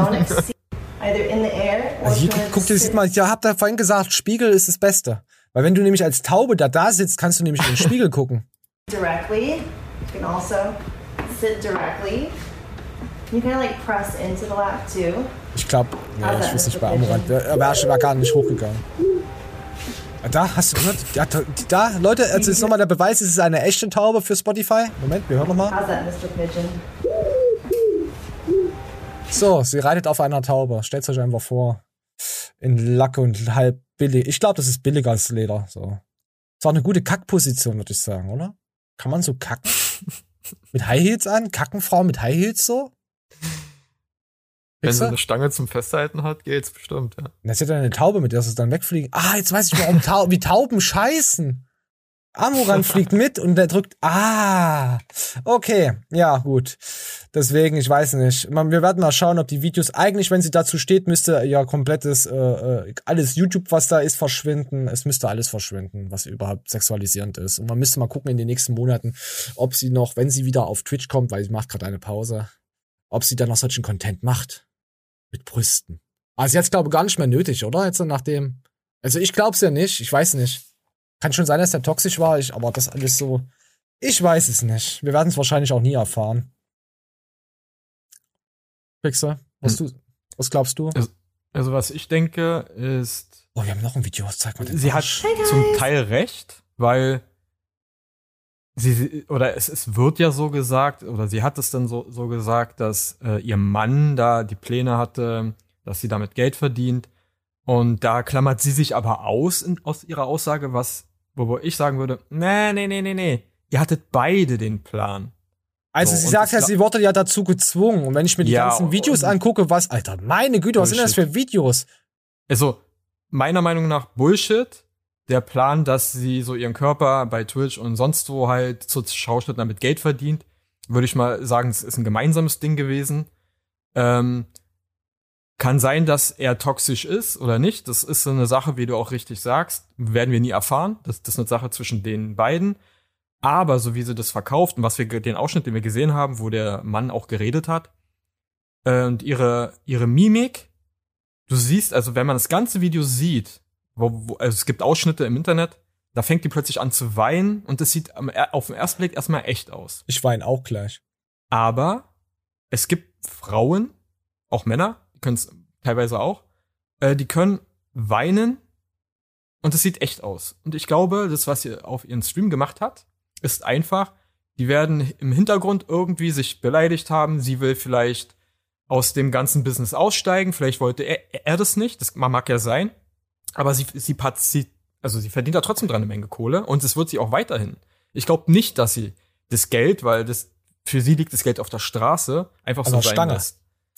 Also hier, guck dir, sieht mal, ich hab da vorhin gesagt, Spiegel ist das Beste. Weil wenn du nämlich als Taube da sitzt, kannst du nämlich in den Spiegel gucken. Directly. You can also sit directly. You can like press into the lap too. Ich glaube, nee, ich weiß nicht bei Amorant. Er war gar nicht hochgegangen. Da, hast du gehört? Da, Leute, jetzt ist nochmal der Beweis, es ist eine echte Taube für Spotify. Moment, wir hören nochmal. How's that, Mr. Pigeon? So, sie reitet auf einer Taube. Stellt euch einfach vor. In Lack und halb billig. Ich glaube, das ist billiger als Leder. So. Ist auch eine gute Kackposition, würde ich sagen, oder? Kann man so kacken? Mit High Heels an? Kackenfrau mit High Heels so? Wenn sie eine Stange zum Festhalten hat, geht's bestimmt, ja. Das ist ja dann eine Taube, mit der sie dann wegfliegen. Ah, jetzt weiß ich, warum wie Tauben scheißen. Amuran fliegt mit und der drückt. Ah, okay, ja, gut. Deswegen, ich weiß nicht. Wir werden mal schauen, ob die Videos eigentlich, wenn sie dazu steht, müsste ja komplettes, alles YouTube, was da ist, verschwinden. Es müsste alles verschwinden, was überhaupt sexualisierend ist. Und man müsste mal gucken in den nächsten Monaten, ob sie noch, wenn sie wieder auf Twitch kommt, weil sie macht gerade eine Pause, ob sie dann noch solchen Content macht. Mit Brüsten. Also jetzt glaube ich gar nicht mehr nötig, oder? Jetzt nachdem. Also ich glaube es ja nicht. Ich weiß nicht. Kann schon sein, dass der toxisch war, aber das alles so. Ich weiß es nicht. Wir werden es wahrscheinlich auch nie erfahren. Pixel, was glaubst du? Also was ich denke ist. Oh, wir haben noch ein Video. Zeig mal den Sie hat zum Teil recht, weil es wird ja so gesagt, oder sie hat es dann so gesagt, dass ihr Mann da die Pläne hatte, dass sie damit Geld verdient. Und da klammert sie sich aber aus ihrer Aussage, wo ich sagen würde, nee. Ihr hattet beide den Plan. Also sie sagt ja, sie wurde ja dazu gezwungen. Und wenn ich mir die ganzen Videos angucke, Alter, meine Güte, was sind das für Videos? Also, meiner Meinung nach Bullshit. Der Plan, dass sie so ihren Körper bei Twitch und sonst wo halt zur Schau stellt, damit Geld verdient, würde ich mal sagen, es ist ein gemeinsames Ding gewesen. Kann sein, dass er toxisch ist oder nicht. Das ist so eine Sache, wie du auch richtig sagst. Werden wir nie erfahren. Das ist eine Sache zwischen den beiden. Aber so wie sie das verkauft und den Ausschnitt, den wir gesehen haben, wo der Mann auch geredet hat, und ihre Mimik, du siehst, also wenn man das ganze Video sieht, also es gibt Ausschnitte im Internet, da fängt die plötzlich an zu weinen und das sieht auf den ersten Blick erstmal echt aus. Ich weine auch gleich. Aber es gibt Frauen, auch Männer, die können es teilweise auch, die können weinen und es sieht echt aus. Und ich glaube, das, was sie auf ihren Stream gemacht hat, ist einfach, die werden im Hintergrund irgendwie sich beleidigt haben, sie will vielleicht aus dem ganzen Business aussteigen, vielleicht wollte er das nicht, das mag ja sein. Aber sie verdient da trotzdem dran eine Menge Kohle und es wird sie auch weiterhin. Ich glaube nicht, dass sie das Geld, weil für sie liegt das Geld auf der Straße, einfach so sein lässt.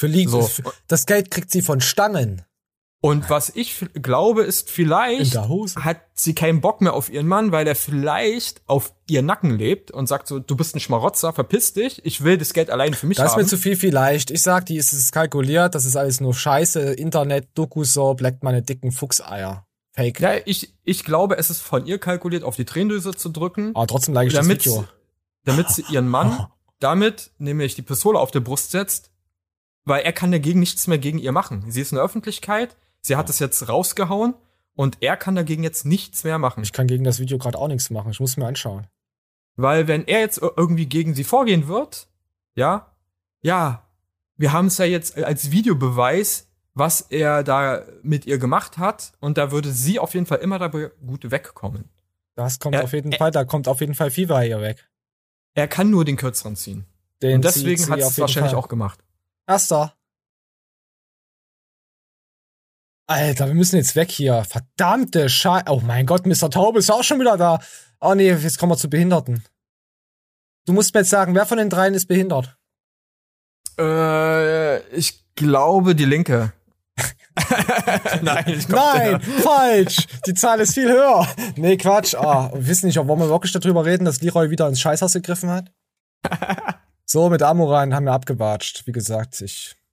Das Geld kriegt sie von Stangen. Und was ich glaube, ist vielleicht hat sie keinen Bock mehr auf ihren Mann, weil er vielleicht auf ihr Nacken lebt und sagt so, du bist ein Schmarotzer, verpiss dich, ich will das Geld alleine für mich haben. Das ist mir zu viel vielleicht. Ich sag, es ist kalkuliert, das ist alles nur Scheiße, Internet, Doku-Soap, leckt meine dicken Fuchseier. Fake. Ja, ich glaube, es ist von ihr kalkuliert, auf die Tränendrüse zu drücken. Aber trotzdem like ich das Video. Damit sie ihren Mann damit nämlich die Pistole auf der Brust setzt, weil er kann dagegen nichts mehr gegen ihr machen. Sie ist in der Öffentlichkeit, sie hat es jetzt rausgehauen und er kann dagegen jetzt nichts mehr machen. Ich kann gegen das Video gerade auch nichts machen. Ich muss mir anschauen. Weil wenn er jetzt irgendwie gegen sie vorgehen wird, ja, wir haben es ja jetzt als Videobeweis, was er da mit ihr gemacht hat und da würde sie auf jeden Fall immer dabei gut wegkommen. Das kommt auf jeden Fall, da kommt auf jeden Fall Fieber hier weg. Er kann nur den Kürzeren ziehen. Und deswegen hat es wahrscheinlich auch gemacht. Erster. Alter, wir müssen jetzt weg hier. Verdammte Scheiße. Oh mein Gott, Mr. Taube ist auch schon wieder da. Oh nee, jetzt kommen wir zu Behinderten. Du musst mir jetzt sagen, wer von den dreien ist behindert? Ich glaube die Linke. Nein, falsch. Die Zahl ist viel höher. Nee, Quatsch. Wir wissen nicht, wollen wir wirklich darüber reden, dass Leroy wieder ins Scheißhaus gegriffen hat? So, mit Amuran haben wir abgewatscht. Wie gesagt,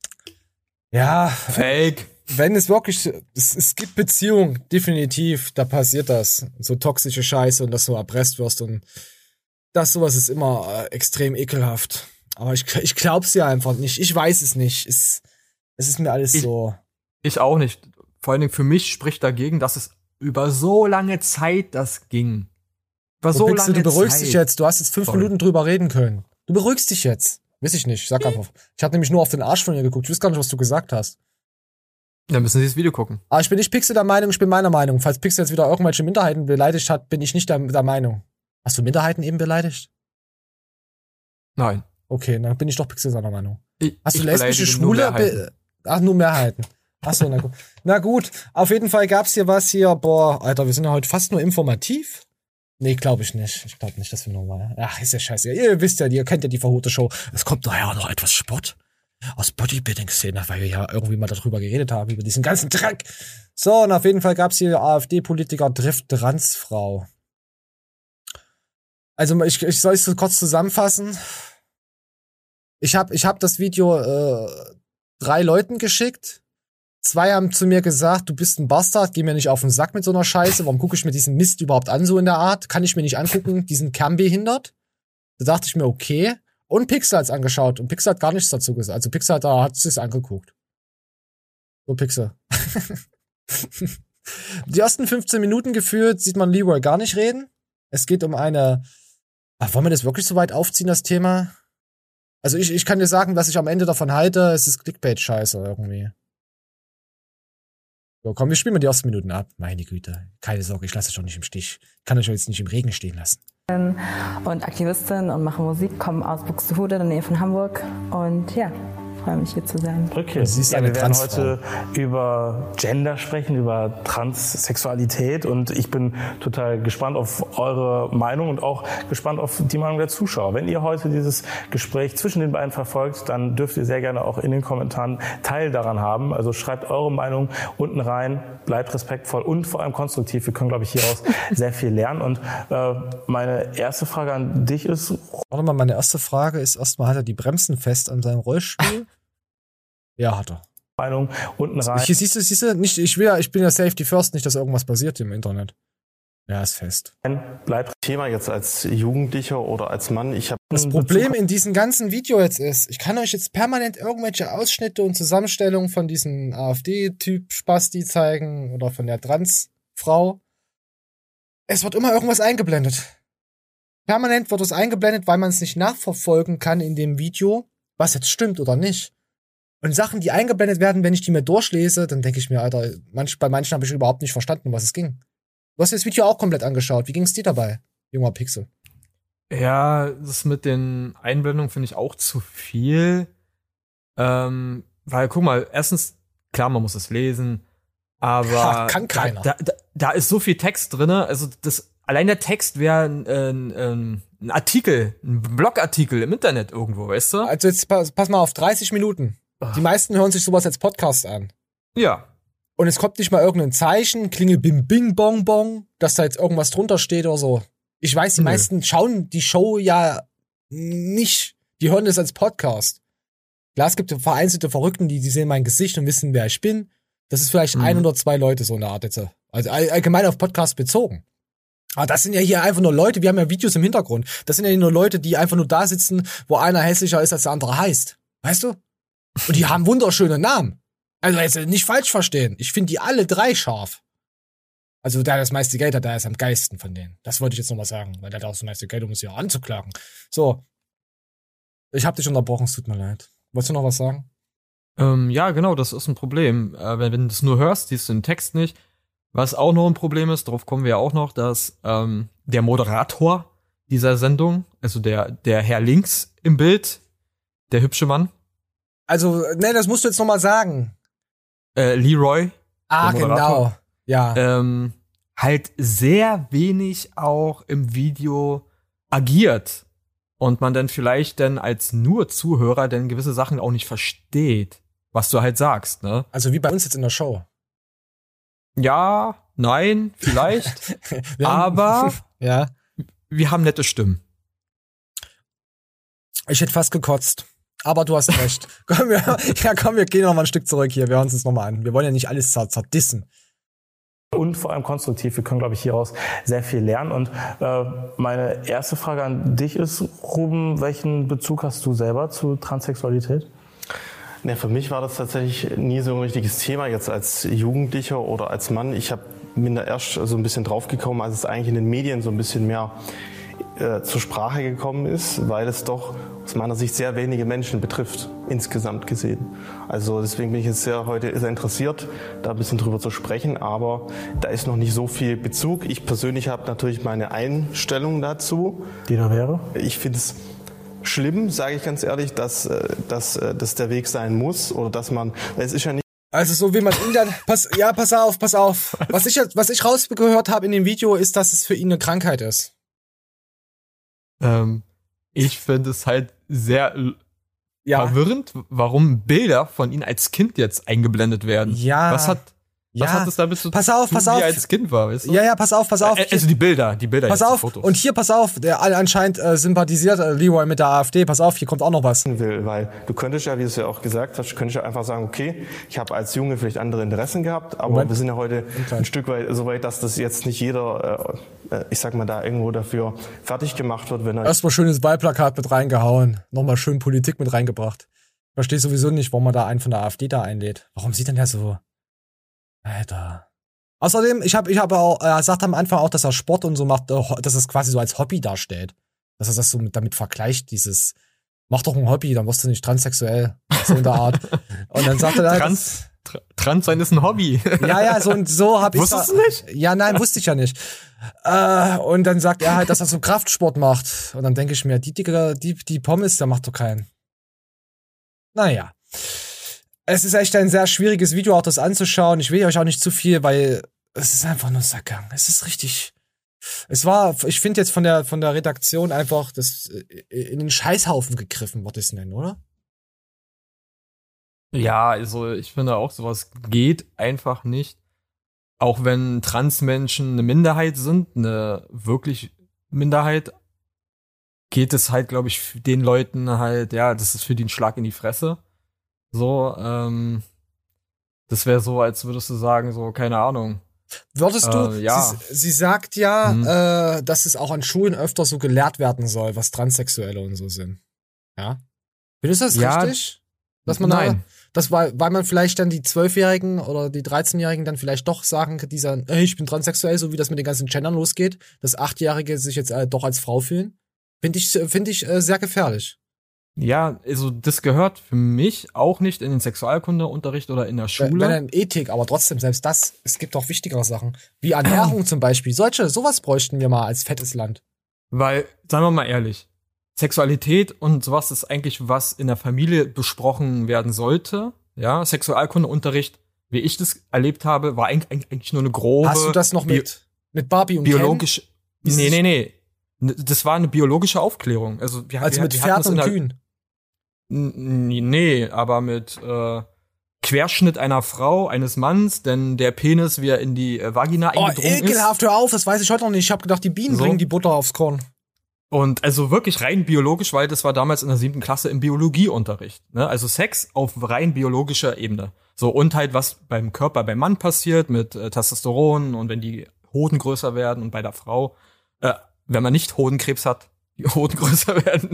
Fake. Wenn es wirklich, es gibt Beziehungen, definitiv, da passiert das. So toxische Scheiße und dass du erpresst wirst und sowas ist immer extrem ekelhaft. Aber ich glaub's ja einfach nicht. Ich weiß es nicht. Es ist mir alles so. Ich auch nicht. Vor allen Dingen für mich spricht dagegen, dass es über so lange Zeit das ging. Über so lange Zeit. Du beruhigst dich jetzt. Du hast jetzt 5 Minuten drüber reden können. Du beruhigst dich jetzt. Weiß ich nicht. Sag einfach. Ich habe nämlich nur auf den Arsch von ihr geguckt. Ich weiß gar nicht, was du gesagt hast. Dann müssen Sie das Video gucken. Aber ich bin nicht Pixel der Meinung, ich bin meiner Meinung. Falls Pixel jetzt wieder irgendwelche Minderheiten beleidigt hat, bin ich nicht der Meinung. Hast du Minderheiten eben beleidigt? Nein. Okay, dann bin ich doch Pixel seiner Meinung. Hast du lesbische, Schwule? Ach, nur Mehrheiten. Achso, na gut. Na gut, auf jeden Fall gab's hier was hier. Boah, Alter, wir sind ja heute fast nur informativ. Nee, glaube ich nicht. Ich glaube nicht, dass wir normal. Ach, ist ja scheiße. Ihr wisst ja, ihr kennt ja die verhohte Show. Es kommt daher noch etwas Spott aus Bodybuilding-Szene, weil wir ja irgendwie mal darüber geredet haben, über diesen ganzen Dreck. So, und auf jeden Fall gab's hier AfD-Politiker trifft Transfrau. Also, ich soll es so kurz zusammenfassen. Ich hab das Video 3 Leuten geschickt. 2 haben zu mir gesagt, du bist ein Bastard, geh mir nicht auf den Sack mit so einer Scheiße. Warum gucke ich mir diesen Mist überhaupt an, so in der Art? Kann ich mir nicht angucken, diesen kernbehindert? Da dachte ich mir, okay. Und Pixel hat's angeschaut. Und Pixel hat gar nichts dazu gesagt. Also Pixel hat sich's angeguckt. So, Pixel. Die ersten 15 Minuten gefühlt sieht man Leroy gar nicht reden. Es geht um eine... Ach, wollen wir das wirklich so weit aufziehen, das Thema? Also ich kann dir sagen, was ich am Ende davon halte. Es ist Clickbait-Scheiße irgendwie. So, komm, wir spielen mal die ersten Minuten ab. Meine Güte. Keine Sorge, ich lasse euch doch nicht im Stich. Ich kann euch jetzt nicht im Regen stehen lassen. Und Aktivistin und mache Musik, komme aus Buxtehude, in der Nähe von Hamburg. Und ja, freue mich hier zu sein. Okay, ja, wir werden heute über Gender sprechen, über Transsexualität und ich bin total gespannt auf eure Meinung und auch gespannt auf die Meinung der Zuschauer. Wenn ihr heute dieses Gespräch zwischen den beiden verfolgt, dann dürft ihr sehr gerne auch in den Kommentaren Teil daran haben. Also schreibt eure Meinung unten rein, bleibt respektvoll und vor allem konstruktiv. Wir können, glaube ich, hieraus sehr viel lernen. Und meine erste Frage an dich ist... Warte mal, meine erste Frage ist erstmal, hat er die Bremsen fest an seinem Rollstuhl? Ja, hat er. Meinung unten rein. Hier siehst du, nicht, ich bin ja Safety First, nicht, dass irgendwas passiert im Internet. Ja, ist fest. Bleibt Thema jetzt als Jugendlicher oder als Mann. Das Problem in diesem ganzen Video jetzt ist, ich kann euch jetzt permanent irgendwelche Ausschnitte und Zusammenstellungen von diesem AfD-Typ Spasti zeigen oder von der Transfrau. Es wird immer irgendwas eingeblendet. Permanent wird es eingeblendet, weil man es nicht nachverfolgen kann in dem Video, was jetzt stimmt oder nicht. Und Sachen, die eingeblendet werden, wenn ich die mir durchlese, dann denke ich mir, Alter, bei manchen habe ich überhaupt nicht verstanden, um was es ging. Du hast das Video auch komplett angeschaut. Wie ging es dir dabei, junger Pixel? Ja, das mit den Einblendungen finde ich auch zu viel. Weil, guck mal, erstens, klar, man muss es lesen, aber kann keiner. Da ist so viel Text drinne. Also allein der Text wäre ein Artikel, ein Blogartikel im Internet irgendwo, weißt du? Also jetzt pass mal auf, 30 Minuten. Die meisten hören sich sowas als Podcast an. Ja. Und es kommt nicht mal irgendein Zeichen, Klingel bim bing bong bong, dass da jetzt irgendwas drunter steht oder so. Ich weiß, die meisten schauen die Show ja nicht. Die hören das als Podcast. Klar, es gibt vereinzelte Verrückten, die sehen mein Gesicht und wissen, wer ich bin. Das ist vielleicht 1 oder 2 Leute so eine Art jetzt. Also allgemein auf Podcast bezogen. Aber das sind ja hier einfach nur Leute, wir haben ja Videos im Hintergrund. Das sind ja nur Leute, die einfach nur da sitzen, wo einer hässlicher ist, als der andere heißt. Weißt du? Und die haben wunderschöne Namen. Also jetzt nicht falsch verstehen. Ich finde die alle 3 scharf. Also der das meiste Geld hat, der ist am geilsten von denen. Das wollte ich jetzt nochmal sagen, weil der hat auch das meiste Geld, um es ja anzuklagen. So. Ich hab dich unterbrochen, es tut mir leid. Wolltest du noch was sagen? Ja, genau, das ist ein Problem. Wenn du das nur hörst, siehst du den Text nicht. Was auch noch ein Problem ist, darauf kommen wir ja auch noch, dass der Moderator dieser Sendung, also der Herr links im Bild, der hübsche Mann. Also, ne, das musst du jetzt noch mal sagen. Leroy. Ah, genau. Ja. Halt sehr wenig auch im Video agiert. Und man dann vielleicht dann als nur Zuhörer dann gewisse Sachen auch nicht versteht, was du halt sagst, ne? Also wie bei uns jetzt in der Show. Ja, nein, vielleicht. Aber ja. Wir haben nette Stimmen. Ich hätte fast gekotzt. Aber du hast recht. Komm, wir gehen noch mal ein Stück zurück hier. Wir hören uns das noch mal an. Wir wollen ja nicht alles zerdissen. Und vor allem konstruktiv. Wir können, glaube ich, hieraus sehr viel lernen. Und meine erste Frage an dich ist, Ruben, welchen Bezug hast du selber zu Transsexualität? Ja, für mich war das tatsächlich nie so ein richtiges Thema, jetzt als Jugendlicher oder als Mann. Ich bin da erst so ein bisschen draufgekommen, als es eigentlich in den Medien so ein bisschen mehr zur Sprache gekommen ist, weil es doch aus meiner Sicht sehr wenige Menschen betrifft, insgesamt gesehen. Also deswegen bin ich jetzt heute sehr interessiert, da ein bisschen drüber zu sprechen, aber da ist noch nicht so viel Bezug. Ich persönlich habe natürlich meine Einstellung dazu. Die da wäre? Ich finde es schlimm, sage ich ganz ehrlich, dass das der Weg sein muss oder dass man, es ist ja nicht. Also so wie man ihn dann, pass auf. Was ich rausgehört habe in dem Video ist, dass es für ihn eine Krankheit ist. Ich finde es halt sehr verwirrend, warum Bilder von ihm als Kind jetzt eingeblendet werden. Ja. Was hat das damit zu tun, pass auf. wie er als Kind war, weißt du? Ja, pass auf. Also die Bilder Pass auf, Fotos. und hier, pass auf, der anscheinend sympathisiert Leroy mit der AfD. Pass auf, hier kommt auch noch was. Weil du könntest ja, wie du es ja auch gesagt hast, könntest ja einfach sagen, okay, ich habe als Junge vielleicht andere Interessen gehabt, aber wir sind ja heute ein Stück weit so weit, dass das jetzt nicht jeder, ich sag mal, da irgendwo dafür fertig gemacht wird, wenn er... Erstmal schönes Wahlplakat mit reingehauen, nochmal schön Politik mit reingebracht. Ich verstehe sowieso nicht, warum man da einen von der AfD da einlädt. Warum sieht denn der so... Alter... Außerdem, ich habe auch, er sagt am Anfang auch, dass er Sport und so macht, dass er es quasi so als Hobby darstellt. Dass er das so damit vergleicht, dieses, mach doch ein Hobby, dann wirst du nicht transsexuell. So in der Art. Und dann sagt er da, Trans sein ist ein Hobby. Ja, so hab ich. Wusstest du nicht? Ja, nein, wusste ich ja nicht. Und dann sagt er halt, dass er so Kraftsport macht. Und dann denke ich mir, die Pommes, der macht doch keinen. Naja. Es ist echt ein sehr schwieriges Video, auch das anzuschauen. Ich will euch auch nicht zu viel, weil es ist einfach nur Sackgang. Es ist richtig. Ich finde jetzt von der Redaktion einfach das in den Scheißhaufen gegriffen, wollte ich es nennen, oder? Ja, also ich finde auch, sowas geht einfach nicht. Auch wenn Transmenschen eine Minderheit sind, eine wirklich Minderheit, geht es halt, glaube ich, den Leuten halt, ja, das ist für die ein Schlag in die Fresse. So, das wäre so, als würdest du sagen, so, keine Ahnung. Würdest du, ja. Sie sagt ja, dass es auch an Schulen öfter so gelehrt werden soll, was Transsexuelle und so sind. Ja? Findest du das richtig? Dass man nein. Weil man vielleicht dann die 12-Jährigen oder die 13-Jährigen dann vielleicht doch sagen, ich bin transsexuell, so wie das mit den ganzen Gendern losgeht, dass 8-Jährige sich jetzt doch als Frau fühlen? Finde ich sehr gefährlich. Ja, also das gehört für mich auch nicht in den Sexualkundeunterricht oder in der Schule. Wenn in Ethik, aber trotzdem, selbst das, es gibt auch wichtigere Sachen. Wie Ernährung zum Beispiel. Sowas bräuchten wir mal als fettes Land. Weil, sagen wir mal ehrlich, Sexualität und sowas ist eigentlich, was in der Familie besprochen werden sollte. Ja, Sexualkundeunterricht, wie ich das erlebt habe, war eigentlich nur eine grobe... Hast du das noch mit Barbie und biologisch? Ken? Nee. Das war eine biologische Aufklärung. Also mit Pferd und Kühen? Nee, aber mit Querschnitt einer Frau, eines Manns, denn der Penis, wie er in die Vagina eingedrungen ist. Ekelhaft, hör auf, das weiß ich heute noch nicht. Ich habe gedacht, die Bienen bringen die Butter aufs Korn. Und also wirklich rein biologisch, weil das war damals in der 7. Klasse im Biologieunterricht. Ne? Also Sex auf rein biologischer Ebene. So, und halt, was beim Körper beim Mann passiert mit Testosteron und wenn die Hoden größer werden und bei der Frau, wenn man nicht Hodenkrebs hat, die Hoden größer werden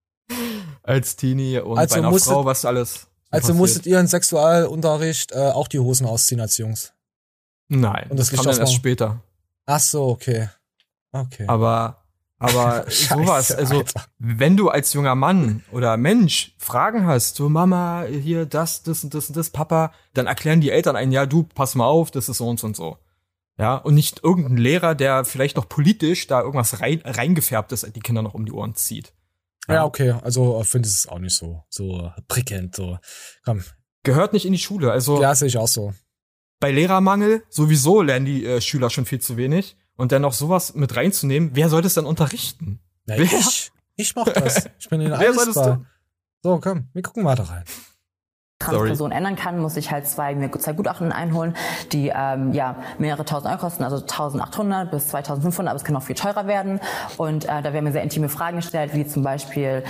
als Teenie und also bei einer Frau, was alles also musstet ihr in Sexualunterricht auch die Hosen ausziehen als Jungs? Nein, und das kam dann erst später. Ach so, okay. Aber sowas, also Alter. Wenn du als junger Mann oder Mensch Fragen hast, so Mama, hier das und das, Papa, dann erklären die Eltern einen, ja, du, pass mal auf, das ist so und so. Ja, und nicht irgendein Lehrer, der vielleicht noch politisch da irgendwas reingefärbtes die Kinder noch um die Ohren zieht. Ja, okay, also finde ich es auch nicht so prickelnd, so. Komm. Gehört nicht in die Schule, also. Ja, sehe ich auch so. Bei Lehrermangel sowieso lernen die Schüler schon viel zu wenig. Und dann noch sowas mit reinzunehmen, wer soll das dann unterrichten? Na, ich mach das. Ich bin in alles da. So, komm, wir gucken weiter rein. Transperson ändern kann, muss ich halt zwei Gutachten einholen, die mehrere tausend Euro kosten, also 1.800 bis 2.500, aber es kann auch viel teurer werden. Und da werden mir sehr intime Fragen gestellt, wie zum Beispiel,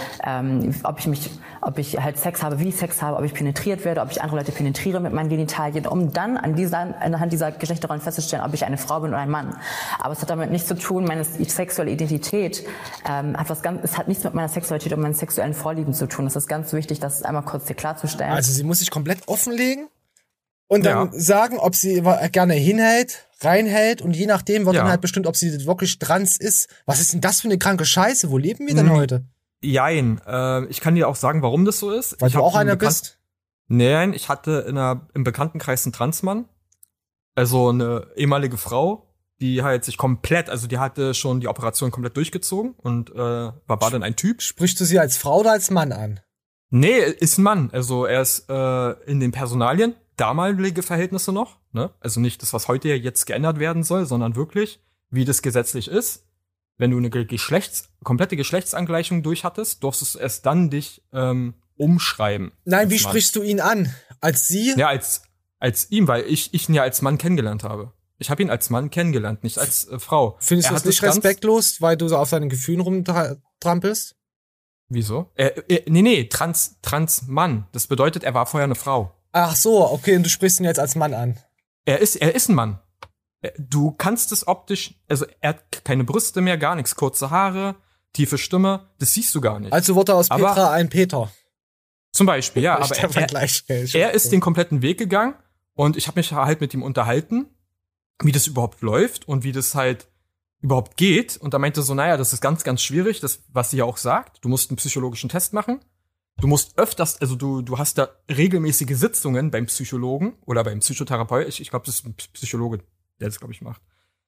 ob ich halt Sex habe, wie ich Sex habe, ob ich penetriert werde, ob ich andere Leute penetriere mit meinen Genitalien, um dann anhand dieser Geschlechterrollen festzustellen, ob ich eine Frau bin oder ein Mann. Aber es hat damit nichts zu tun, meine sexuelle Identität es hat nichts mit meiner Sexualität und meinen sexuellen Vorlieben zu tun. Das ist ganz wichtig, das einmal kurz hier klarzustellen. Also sie muss sich komplett offenlegen und dann sagen, ob sie gerne hinhält, reinhält und je nachdem wird dann halt bestimmt, ob sie wirklich trans ist. Was ist denn das für eine kranke Scheiße? Wo leben wir denn heute? Jein. Ich kann dir auch sagen, warum das so ist. Weil du auch einer bist? Nein, ich hatte im Bekanntenkreis einen Transmann, also eine ehemalige Frau, die halt sich komplett, also die hatte schon die Operation komplett durchgezogen und war dann ein Typ. Sprichst du sie als Frau oder als Mann an? Nee, ist ein Mann. Also er ist in den Personalien, damalige Verhältnisse noch, ne? Also nicht das, was heute ja jetzt geändert werden soll, sondern wirklich, wie das gesetzlich ist. Wenn du eine komplette Geschlechtsangleichung durch hattest, durftest du erst dann dich umschreiben. Nein, wie sprichst du ihn an? Als sie? Ja, als ihm, weil ich ihn ja als Mann kennengelernt habe. Ich habe ihn als Mann kennengelernt, nicht als Frau. Findest du das nicht respektlos, weil du so auf seinen Gefühlen rumtrampelst? Wieso? Nee, trans Mann. Das bedeutet, er war vorher eine Frau. Ach so, okay, und du sprichst ihn jetzt als Mann an. Er ist ein Mann. Du kannst es optisch, also er hat keine Brüste mehr, gar nichts, kurze Haare, tiefe Stimme, das siehst du gar nicht. Also wurde aus Petra ein Peter. Zum Beispiel, ja, aber er ist den kompletten Weg gegangen und ich habe mich halt mit ihm unterhalten, wie das überhaupt läuft und wie das halt überhaupt geht. Und da meinte so, naja, das ist ganz, ganz schwierig, das, was sie ja auch sagt. Du musst einen psychologischen Test machen. Du musst öfters, also du hast da regelmäßige Sitzungen beim Psychologen oder beim Psychotherapeut. Ich glaube, das ist ein Psychologe, der das, glaube ich, macht.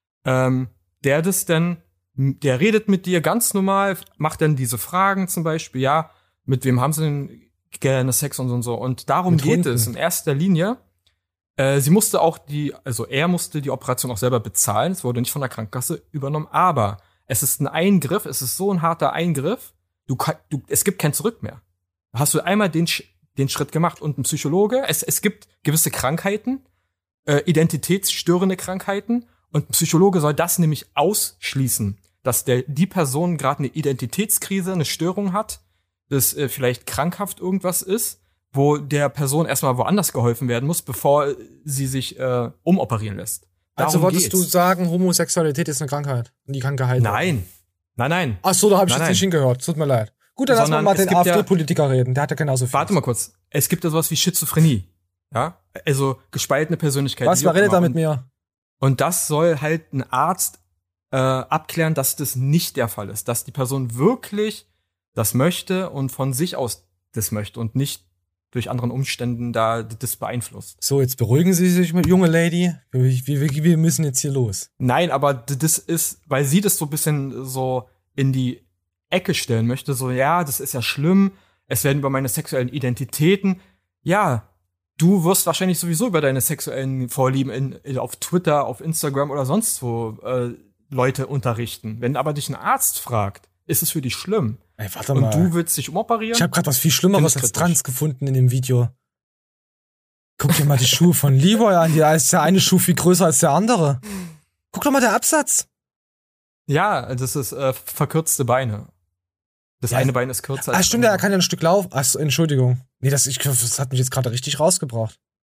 Der redet mit dir ganz normal, macht dann diese Fragen zum Beispiel, ja, mit wem haben sie denn gerne Sex und so. Und darum geht es in erster Linie. Er musste die Operation auch selber bezahlen. Es wurde nicht von der Krankenkasse übernommen. Aber es ist ein Eingriff, es ist so ein harter Eingriff. Es gibt kein Zurück mehr. Hast du einmal den Schritt gemacht und ein Psychologe. Es gibt gewisse Krankheiten, identitätsstörende Krankheiten. Und ein Psychologe soll das nämlich ausschließen, dass die Person gerade eine Identitätskrise, eine Störung hat, dass vielleicht krankhaft irgendwas ist, wo der Person erstmal woanders geholfen werden muss, bevor sie sich umoperieren lässt. Also wolltest du sagen, Homosexualität ist eine Krankheit und die kann geheilt werden? Nein. Ach so, da habe ich jetzt nicht hingehört. Tut mir leid. Gut, dann lassen wir mal den AfD-Politiker reden. Der hat ja genauso viel. Warte mal kurz. Es gibt ja sowas wie Schizophrenie. Ja? Also gespaltene Persönlichkeit. Wer redet da mit mir? Und das soll halt ein Arzt abklären, dass das nicht der Fall ist. Dass die Person wirklich das möchte und von sich aus das möchte und nicht durch anderen Umständen da das beeinflusst. So, jetzt beruhigen Sie sich, junge Lady. Wir müssen jetzt hier los. Nein, aber das ist, weil sie das so ein bisschen so in die Ecke stellen möchte, so, ja, das ist ja schlimm, es werden über meine sexuellen Identitäten, ja, du wirst wahrscheinlich sowieso über deine sexuellen Vorlieben auf Twitter, auf Instagram oder sonst wo Leute unterrichten. Wenn aber dich ein Arzt fragt, ist es für dich schlimm. Ey, warte mal. Und du willst dich umoperieren? Ich habe gerade was viel Schlimmeres als trans gefunden in dem Video. Guck dir mal die Schuhe von Leroy an. Da ist der eine Schuh viel größer als der andere. Guck doch mal der Absatz. Ja, das ist verkürzte Beine. Das eine Bein ist kürzer. Ah, stimmt, er kann ja ein Stück laufen. Ach, Entschuldigung. Nee, das hat mich jetzt gerade richtig rausgebracht.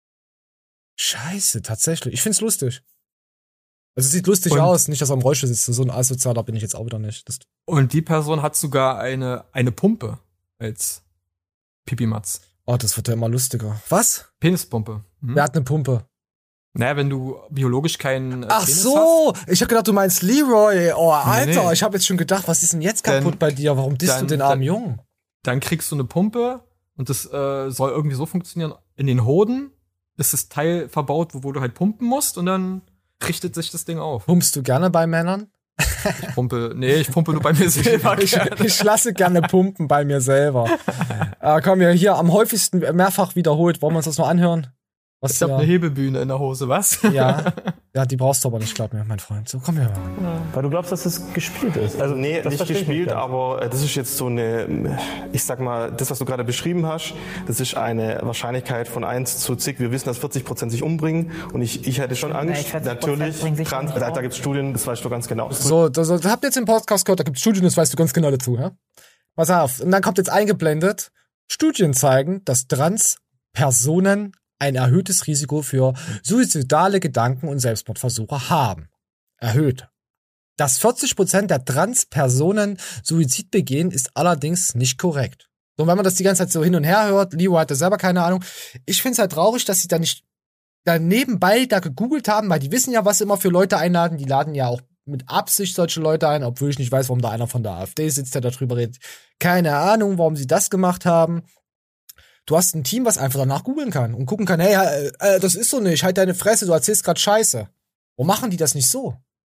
Scheiße, tatsächlich. Ich find's lustig. Also es sieht lustig aus, nicht, dass er am Rollstuhl sitzt. So ein Asozialer bin ich jetzt auch wieder nicht. Und die Person hat sogar eine Pumpe als Pipimatz. Oh, das wird ja immer lustiger. Was? Penispumpe. Wer hat eine Pumpe? Naja, wenn du biologisch keinen Ach Penis so, hast. Ich hab gedacht, du meinst Leroy. Oh, Alter, Nee. Ich habe jetzt schon gedacht, was ist denn jetzt kaputt bei dir? Warum disst du den armen Jungen? Dann kriegst du eine Pumpe und das soll irgendwie so funktionieren. In den Hoden ist das Teil verbaut, wo du halt pumpen musst und dann richtet sich das Ding auf. Pumpst du gerne bei Männern? Ich pumpe nur bei mir selber. Ich lasse gerne pumpen bei mir selber. Komm, ja, hier am häufigsten mehrfach wiederholt. Wollen wir uns das noch anhören? Ich hab eine Hebebühne in der Hose, was? Ja, die brauchst du aber nicht, glaub mir, mein Freund. So, komm her. Weil du glaubst, dass es gespielt ist. Also nee, das nicht gespielt, aber das ist jetzt so eine, ich sag mal, das, was du gerade beschrieben hast, das ist eine Wahrscheinlichkeit von 1 zu zig. Wir wissen, dass 40% sich umbringen und ich hätte schon Angst. Natürlich, da gibt's Studien, das weißt du ganz genau. So, das habt ihr jetzt im Podcast gehört, da gibt's Studien, das weißt du ganz genau dazu, ja? Pass auf, und dann kommt jetzt eingeblendet, Studien zeigen, dass Trans-Personen ein erhöhtes Risiko für suizidale Gedanken und Selbstmordversuche haben. Erhöht. Dass 40% der Trans-Personen Suizid begehen, ist allerdings nicht korrekt. So, und wenn man das die ganze Zeit so hin und her hört, Leo hatte selber keine Ahnung. Ich find's halt traurig, dass sie da nicht da nebenbei da gegoogelt haben, weil die wissen ja, was sie immer für Leute einladen. Die laden ja auch mit Absicht solche Leute ein, obwohl ich nicht weiß, warum da einer von der AfD sitzt, der darüber redet. Keine Ahnung, warum sie das gemacht haben. Du hast ein Team, was einfach danach googeln kann und gucken kann, hey, das ist so nicht, halt deine Fresse, du erzählst grad Scheiße. Warum machen die das nicht so?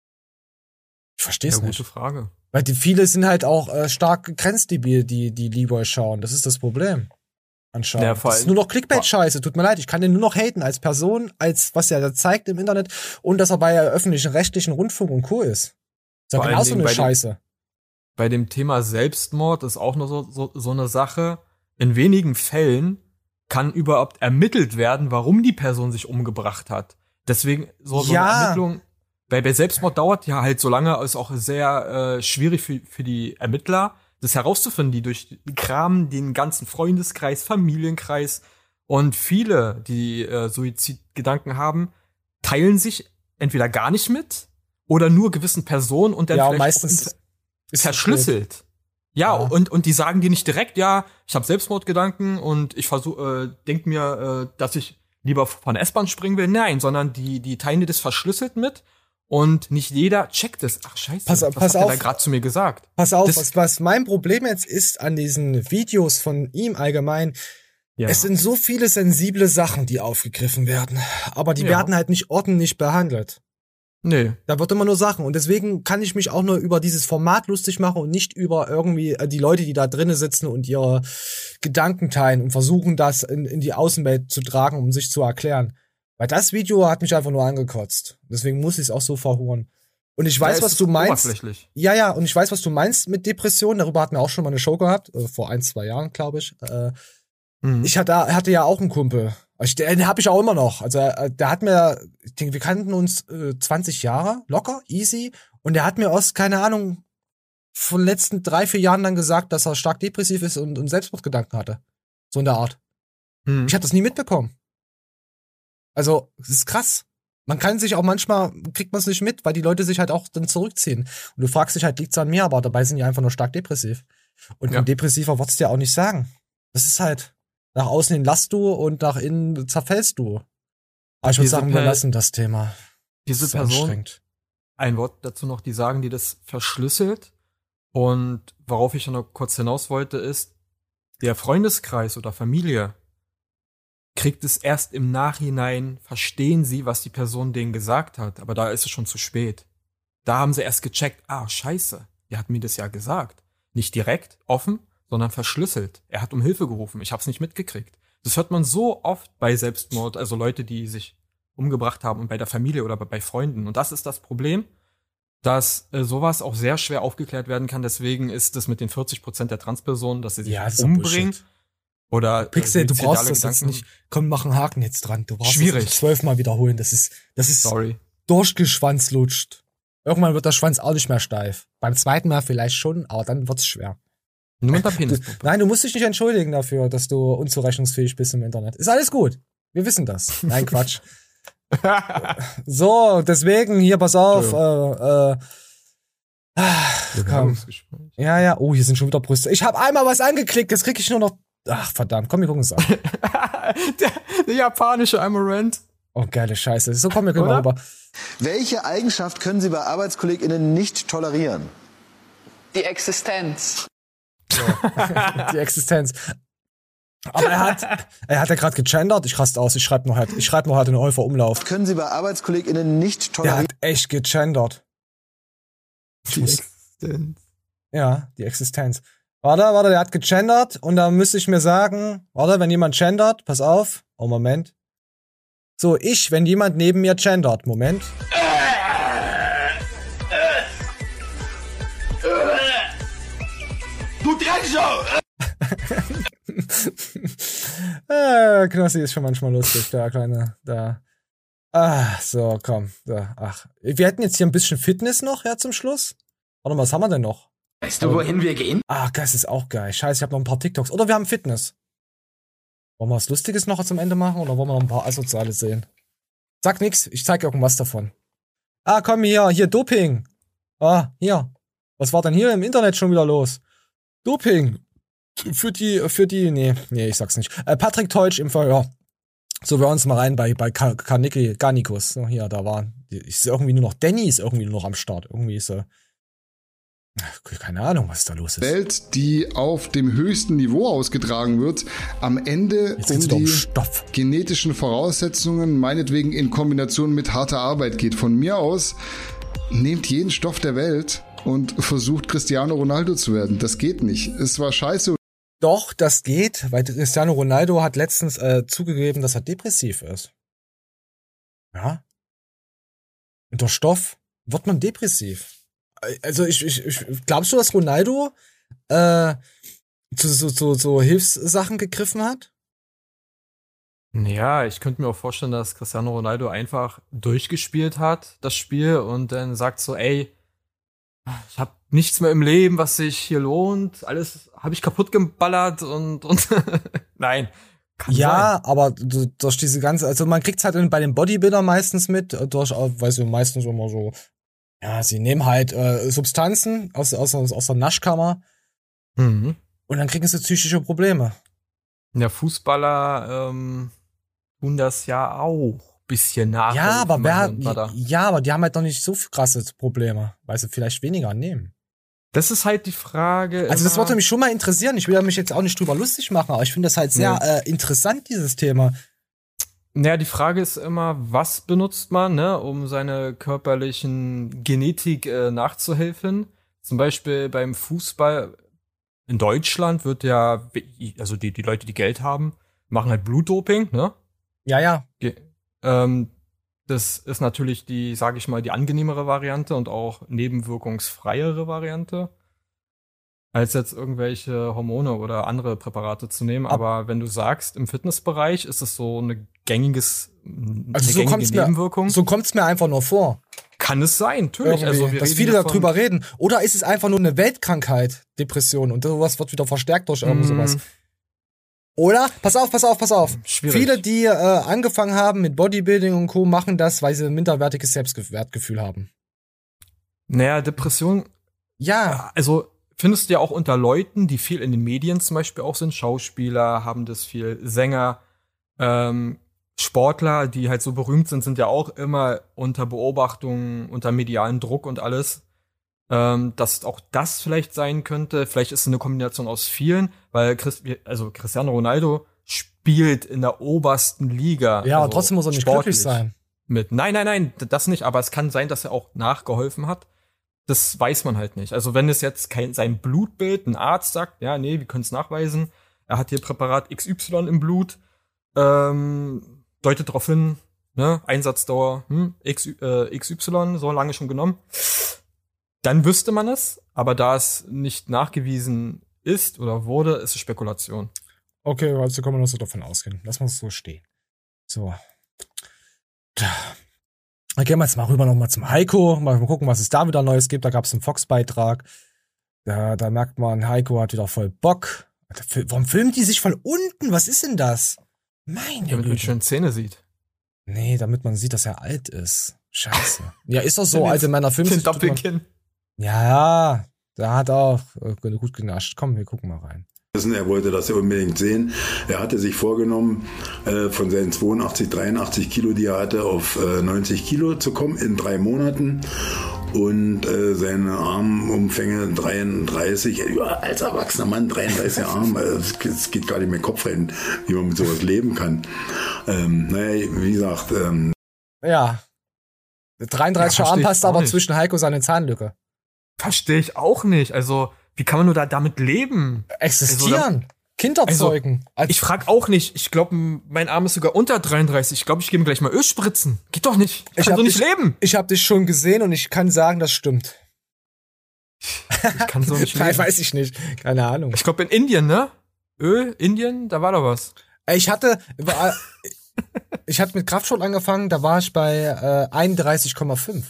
Ich verstehe es nicht. Gute Frage. Weil viele sind halt auch stark grenzdebil, die Leroy schauen. Das ist das Problem. Anscheinend. Ja, das ist nur noch Clickbait-Scheiße. Tut mir leid, ich kann den nur noch haten als Person, als was er da zeigt im Internet und dass er bei öffentlichen, rechtlichen Rundfunk und Co. ist. Das ist ja genauso eine Scheiße. Bei dem Thema Selbstmord ist auch noch so eine Sache. In wenigen Fällen kann überhaupt ermittelt werden, warum die Person sich umgebracht hat. Deswegen so eine Ermittlung. Bei Selbstmord dauert ja halt so lange, ist auch sehr schwierig für die Ermittler, das herauszufinden, die durch Kram den ganzen Freundeskreis, Familienkreis und viele, die Suizidgedanken haben, teilen sich entweder gar nicht mit oder nur gewissen Personen und dann vielleicht meistens ist verschlüsselt. Ja, und die sagen dir nicht direkt, ja, ich habe Selbstmordgedanken und ich denk mir, dass ich lieber von der S-Bahn springen will. Nein, sondern die teilen dir das verschlüsselt mit. Und nicht jeder checkt es. Ach scheiße, pass hat er da gerade zu mir gesagt? Pass auf, was mein Problem jetzt ist an diesen Videos von ihm allgemein, es sind so viele sensible Sachen, die aufgegriffen werden. Aber die werden halt nicht ordentlich behandelt. Nee. Da wird immer nur Sachen. Und deswegen kann ich mich auch nur über dieses Format lustig machen und nicht über irgendwie die Leute, die da drinnen sitzen und ihre Gedanken teilen und versuchen, das in die Außenwelt zu tragen, um sich zu erklären. Weil das Video hat mich einfach nur angekotzt. Deswegen muss ich es auch so verhuren. Und ich weiß, was du meinst. Ja, und ich weiß, was du meinst mit Depressionen. Darüber hatten wir auch schon mal eine Show gehabt. Vor 1-2 Jahren, glaube ich. Ich hatte ja auch einen Kumpel. Den habe ich auch immer noch. Also der hat mir, ich denke, wir kannten uns 20 Jahre, locker, easy. Und der hat mir aus, keine Ahnung, von den letzten 3-4 Jahren dann gesagt, dass er stark depressiv ist und Selbstmordgedanken hatte. So in der Art. Ich habe das nie mitbekommen. Also, es ist krass. Man kann sich auch manchmal, kriegt man es nicht mit, weil die Leute sich halt auch dann zurückziehen. Und du fragst dich halt, liegt's an mir, aber dabei sind die einfach nur stark depressiv. Und ein Depressiver wird's dir auch nicht sagen. Das ist halt, nach außen hin lachst du und nach innen zerfällst du. Aber ich würde sagen, wir lassen das Thema. Diese Person, ein Wort dazu noch, die sagen, die das verschlüsselt. Und worauf ich noch kurz hinaus wollte, ist, der Freundeskreis oder Familie kriegt es erst im Nachhinein, verstehen sie, was die Person denen gesagt hat. Aber da ist es schon zu spät. Da haben sie erst gecheckt, scheiße, der hat mir das ja gesagt. Nicht direkt, offen, sondern verschlüsselt. Er hat um Hilfe gerufen, ich hab's nicht mitgekriegt. Das hört man so oft bei Selbstmord, also Leute, die sich umgebracht haben und bei der Familie oder bei Freunden. Und das ist das Problem, dass sowas auch sehr schwer aufgeklärt werden kann. Deswegen ist es mit den 40% der Transpersonen, dass sie sich umbringen. Oder Pixel, du brauchst das jetzt nicht. Komm, mach einen Haken jetzt dran. Du brauchst schwierig. Das 12-mal wiederholen. Das ist durchgeschwanzlutscht. Irgendwann wird der Schwanz auch nicht mehr steif. Beim zweiten Mal vielleicht schon, aber dann wird's schwer. Nur mit der Penis. Nein, du musst dich nicht entschuldigen dafür, dass du unzurechnungsfähig bist im Internet. Ist alles gut. Wir wissen das. Nein, Quatsch. So, deswegen, hier, pass auf. Komm. Ja. Oh, hier sind schon wieder Brüste. Ich habe einmal was angeklickt, jetzt krieg ich nur noch. Ach, verdammt. Komm, wir gucken es an. der japanische Amarant. Oh, geile Scheiße. So, komm, wir können rüber. Welche Eigenschaft können Sie bei ArbeitskollegInnen nicht tolerieren? Die Existenz. So. Die Existenz. Aber er hat ja gerade gegendert. Ich raste aus. Ich schreibe noch halt einen Häufer Umlauf. Können Sie bei ArbeitskollegInnen nicht tolerieren? Der hat echt gegendert. Die Existenz. Ja, die Existenz. Warte, der hat gegendert und da müsste ich mir sagen, wenn jemand gendert, pass auf. Oh, Moment. So, wenn jemand neben mir gendert. Moment. Du Drecksau! Knossi ist schon manchmal lustig, der Kleine, da. So, komm. Da, wir hätten jetzt hier ein bisschen Fitness noch, zum Schluss. Warte mal, was haben wir denn noch? Weißt du, wohin wir gehen? Das ist auch geil. Scheiße, ich habe noch ein paar TikToks. Oder wir haben Fitness. Wollen wir was Lustiges noch zum Ende machen oder wollen wir noch ein paar Asoziale sehen? Sag nix, ich zeig irgendwas davon. Komm hier Doping. Hier. Was war denn hier im Internet schon wieder los? Doping. Für die, nee, ich sag's nicht. Patrick Teutsch im Verhör. So, wir uns mal rein bei Garnikus. So, hier, da war, ist irgendwie nur noch, Danny ist irgendwie nur noch am Start. Irgendwie ist keine Ahnung, was da los ist. Welt, die auf dem höchsten Niveau ausgetragen wird, am Ende um die genetischen Voraussetzungen, meinetwegen in Kombination mit harter Arbeit geht. Von mir aus nehmt jeden Stoff der Welt und versucht Cristiano Ronaldo zu werden. Das geht nicht. Es war scheiße. Doch, das geht, weil Cristiano Ronaldo hat letztens zugegeben, dass er depressiv ist. Ja. Und durch Stoff wird man depressiv. Also glaubst du, dass Ronaldo zu Hilfssachen gegriffen hat? Ja, ich könnte mir auch vorstellen, dass Cristiano Ronaldo einfach durchgespielt hat, das Spiel, und dann sagt so, ey, ich habe nichts mehr im Leben, was sich hier lohnt, alles habe ich kaputt geballert und nein. Kann sein. Aber durch diese ganze, also man kriegt's halt bei den Bodybuildern meistens mit, durch, weißt du, meistens immer so, ja, sie nehmen halt Substanzen aus der Naschkammer und dann kriegen sie psychische Probleme. Ja, Fußballer tun das ja auch ein bisschen nach. Ja, aber aber die haben halt noch nicht so krasse Probleme, weil sie vielleicht weniger nehmen. Das ist halt die Frage. Also das würde mich schon mal interessieren. Ich will mich jetzt auch nicht drüber lustig machen, aber ich finde das halt sehr interessant, dieses Thema. Naja, die Frage ist immer, was benutzt man, ne, um seine körperlichen Genetik nachzuhelfen? Zum Beispiel beim Fußball in Deutschland wird ja, also die Leute, die Geld haben, machen halt Blutdoping, ne? Ja. Das ist natürlich die, sage ich mal, die angenehmere Variante und auch nebenwirkungsfreiere Variante, als jetzt irgendwelche Hormone oder andere Präparate zu nehmen. Aber wenn du sagst, im Fitnessbereich ist es so eine gängige Nebenwirkung. So kommt's mir einfach nur vor. Kann es sein, natürlich. Also dass viele darüber reden. Oder ist es einfach nur eine Weltkrankheit, Depression, und sowas wird wieder verstärkt durch irgend sowas. Oder, pass auf. Schwierig. Viele, die angefangen haben mit Bodybuilding und Co., machen das, weil sie ein minderwertiges Selbstwertgefühl haben. Naja, Depression. Ja. Also findest du ja auch unter Leuten, die viel in den Medien zum Beispiel auch sind. Schauspieler haben das viel, Sänger, Sportler, die halt so berühmt sind ja auch immer unter Beobachtung, unter medialen Druck und alles. Dass auch das vielleicht sein könnte. Vielleicht ist es eine Kombination aus vielen, weil Cristiano Ronaldo spielt in der obersten Liga. Ja, aber trotzdem muss er nicht glücklich sein. Nein, das nicht. Aber es kann sein, dass er auch nachgeholfen hat. Das weiß man halt nicht. Also wenn es jetzt sein Blutbild, ein Arzt sagt, ja, nee, wir können es nachweisen, er hat hier Präparat XY im Blut, deutet darauf hin, ne, Einsatzdauer XY, so lange schon genommen. Dann wüsste man es, aber da es nicht nachgewiesen ist oder wurde, ist es Spekulation. Okay, also kann man das so davon ausgehen. Lass mal so stehen. So. Dann gehen wir jetzt mal rüber nochmal zum Heiko. Mal gucken, was es da wieder Neues gibt. Da gab es einen Fox-Beitrag. Da merkt man, Heiko hat wieder voll Bock. Warum filmt die sich von unten? Was ist denn das? Meine Güte. Damit man schön Zähne sieht. Nee, damit man sieht, dass er alt ist. Scheiße. Ja, ist doch so. Alte Männer filmen sich. Doppelkinn. Ja, da hat er auch gut genascht. Komm, wir gucken mal rein. Er wollte das ja unbedingt sehen. Er hatte sich vorgenommen, von seinen 82, 83 Kilo, die er hatte, auf 90 Kilo zu kommen in 3 Monaten. Und seine Armumfänge 33, ja, als erwachsener Mann 33 Arme, es geht gar nicht mehr Kopf rein, wie man mit sowas leben kann. Wie gesagt. Ja, 33 Arm passt aber zwischen Heiko seine Zahnlücke. Verstehe ich auch nicht. Also, wie kann man nur damit leben? Existieren. Kinder zeugen. Also, ich frage auch nicht. Ich glaube, mein Arm ist sogar unter 33. Ich glaube, ich gehe mir gleich mal Öl spritzen. Geht doch nicht. Ich kann so nicht leben. Ich habe dich schon gesehen und ich kann sagen, das stimmt. Ich kann so nicht leben. Nein, weiß ich nicht. Keine Ahnung. Ich glaube, in Indien, ne? Indien, da war doch was. Ich hatte mit Kraftsport angefangen, da war ich bei 31,5.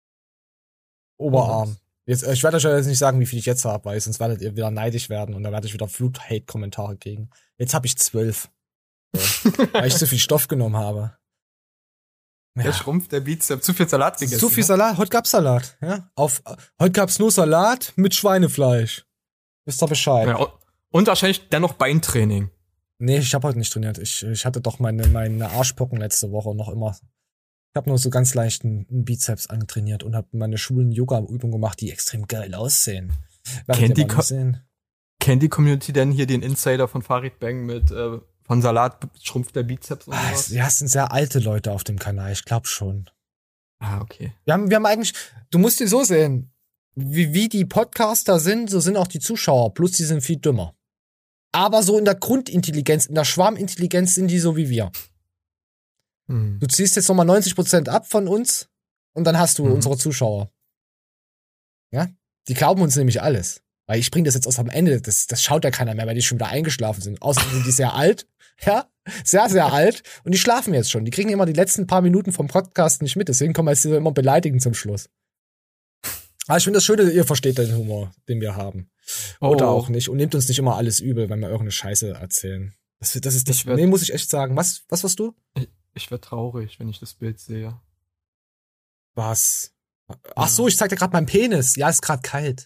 Oberarm. Jetzt, ich werde euch jetzt nicht sagen, wie viel ich jetzt habe, weil sonst werdet ihr wieder neidisch werden und da werde ich wieder Flut-Hate-Kommentare kriegen. Jetzt habe ich 12. So, weil ich zu viel Stoff genommen habe. Ja. Der schrumpft, der Bizeps, zu viel Salat gegessen. Zu viel Salat, heute gab's Salat. Ja? Heute gab's nur Salat mit Schweinefleisch. Wisst ihr Bescheid. Ja, und wahrscheinlich dennoch Beintraining. Nee, ich habe heute nicht trainiert. Ich hatte doch meine Arschpocken letzte Woche noch immer. Ich habe nur so ganz leicht einen Bizeps angetrainiert und habe meine schwulen Yoga-Übungen gemacht, die extrem geil aussehen. Kennt die Community denn hier den Insider von Farid Bang mit von Salat schrumpft der Bizeps und sowas? Ja, es sind sehr alte Leute auf dem Kanal, ich glaube schon. Okay. Wir haben eigentlich, du musst dir so sehen, wie die Podcaster sind, so sind auch die Zuschauer, plus die sind viel dümmer. Aber so in der Grundintelligenz, in der Schwarmintelligenz sind die so wie wir. Du ziehst jetzt nochmal 90% ab von uns und dann hast du unsere Zuschauer. Ja? Die glauben uns nämlich alles. Weil ich bringe das jetzt aus am Ende, das schaut ja keiner mehr, weil die schon wieder eingeschlafen sind. Außerdem sind die sehr alt, ja, sehr, sehr alt und die schlafen jetzt schon. Die kriegen immer die letzten paar Minuten vom Podcast nicht mit, deswegen kommen wir jetzt immer beleidigen zum Schluss. Aber ich finde das Schöne, ihr versteht den Humor, den wir haben. Oder auch nicht und nehmt uns nicht immer alles übel, wenn wir irgendeine Scheiße erzählen. Das ist das, nee, muss ich echt sagen. Was warst du? Ich werde traurig, wenn ich das Bild sehe. Was? Ach so, ich zeig dir gerade meinen Penis. Ja, ist gerade kalt.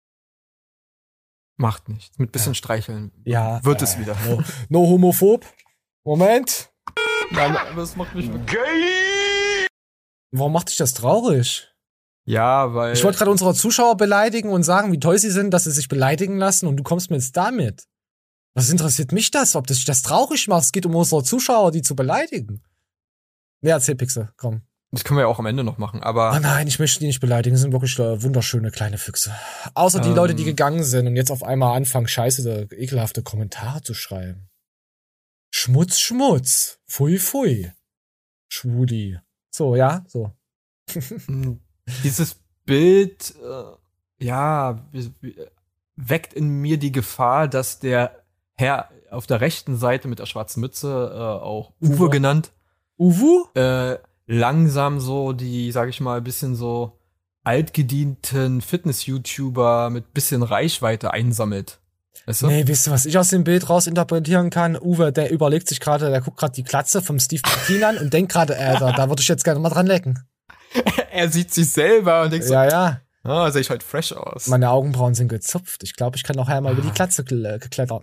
Macht nichts. Mit bisschen Streicheln wird es wieder. No homophob. Moment. Nein, aber es macht mich gay. Warum macht dich das traurig? Ja, weil... Ich wollte gerade unsere Zuschauer beleidigen und sagen, wie toll sie sind, dass sie sich beleidigen lassen und du kommst mir jetzt damit. Was interessiert mich das, ob dich das traurig macht? Es geht um unsere Zuschauer, die zu beleidigen. Ja, erzähl, Pixel, komm. Das können wir ja auch am Ende noch machen, aber... Ah nein, ich möchte die nicht beleidigen, das sind wirklich wunderschöne kleine Füchse. Außer die Leute, die gegangen sind und jetzt auf einmal anfangen, ekelhafte Kommentare zu schreiben. Schmutz, Schmutz. Pfui, pfui. Schwuli. So, ja, so. Dieses Bild, weckt in mir die Gefahr, dass der Herr auf der rechten Seite mit der schwarzen Mütze, auch Uwe genannt, langsam so die, sag ich mal, bisschen so altgedienten Fitness-YouTuber mit bisschen Reichweite einsammelt. Weißt du? Nee, wisst ihr, was ich aus dem Bild rausinterpretieren kann? Uwe, der überlegt sich gerade, der guckt gerade die Glatze vom Steve Martin an und denkt gerade, da würde ich jetzt gerne mal dran lecken. Er sieht sich selber und denkt so, ja. Sehe ich heute fresh aus. Meine Augenbrauen sind gezupft. Ich glaube, ich kann nachher mal über die Glatze geklettern.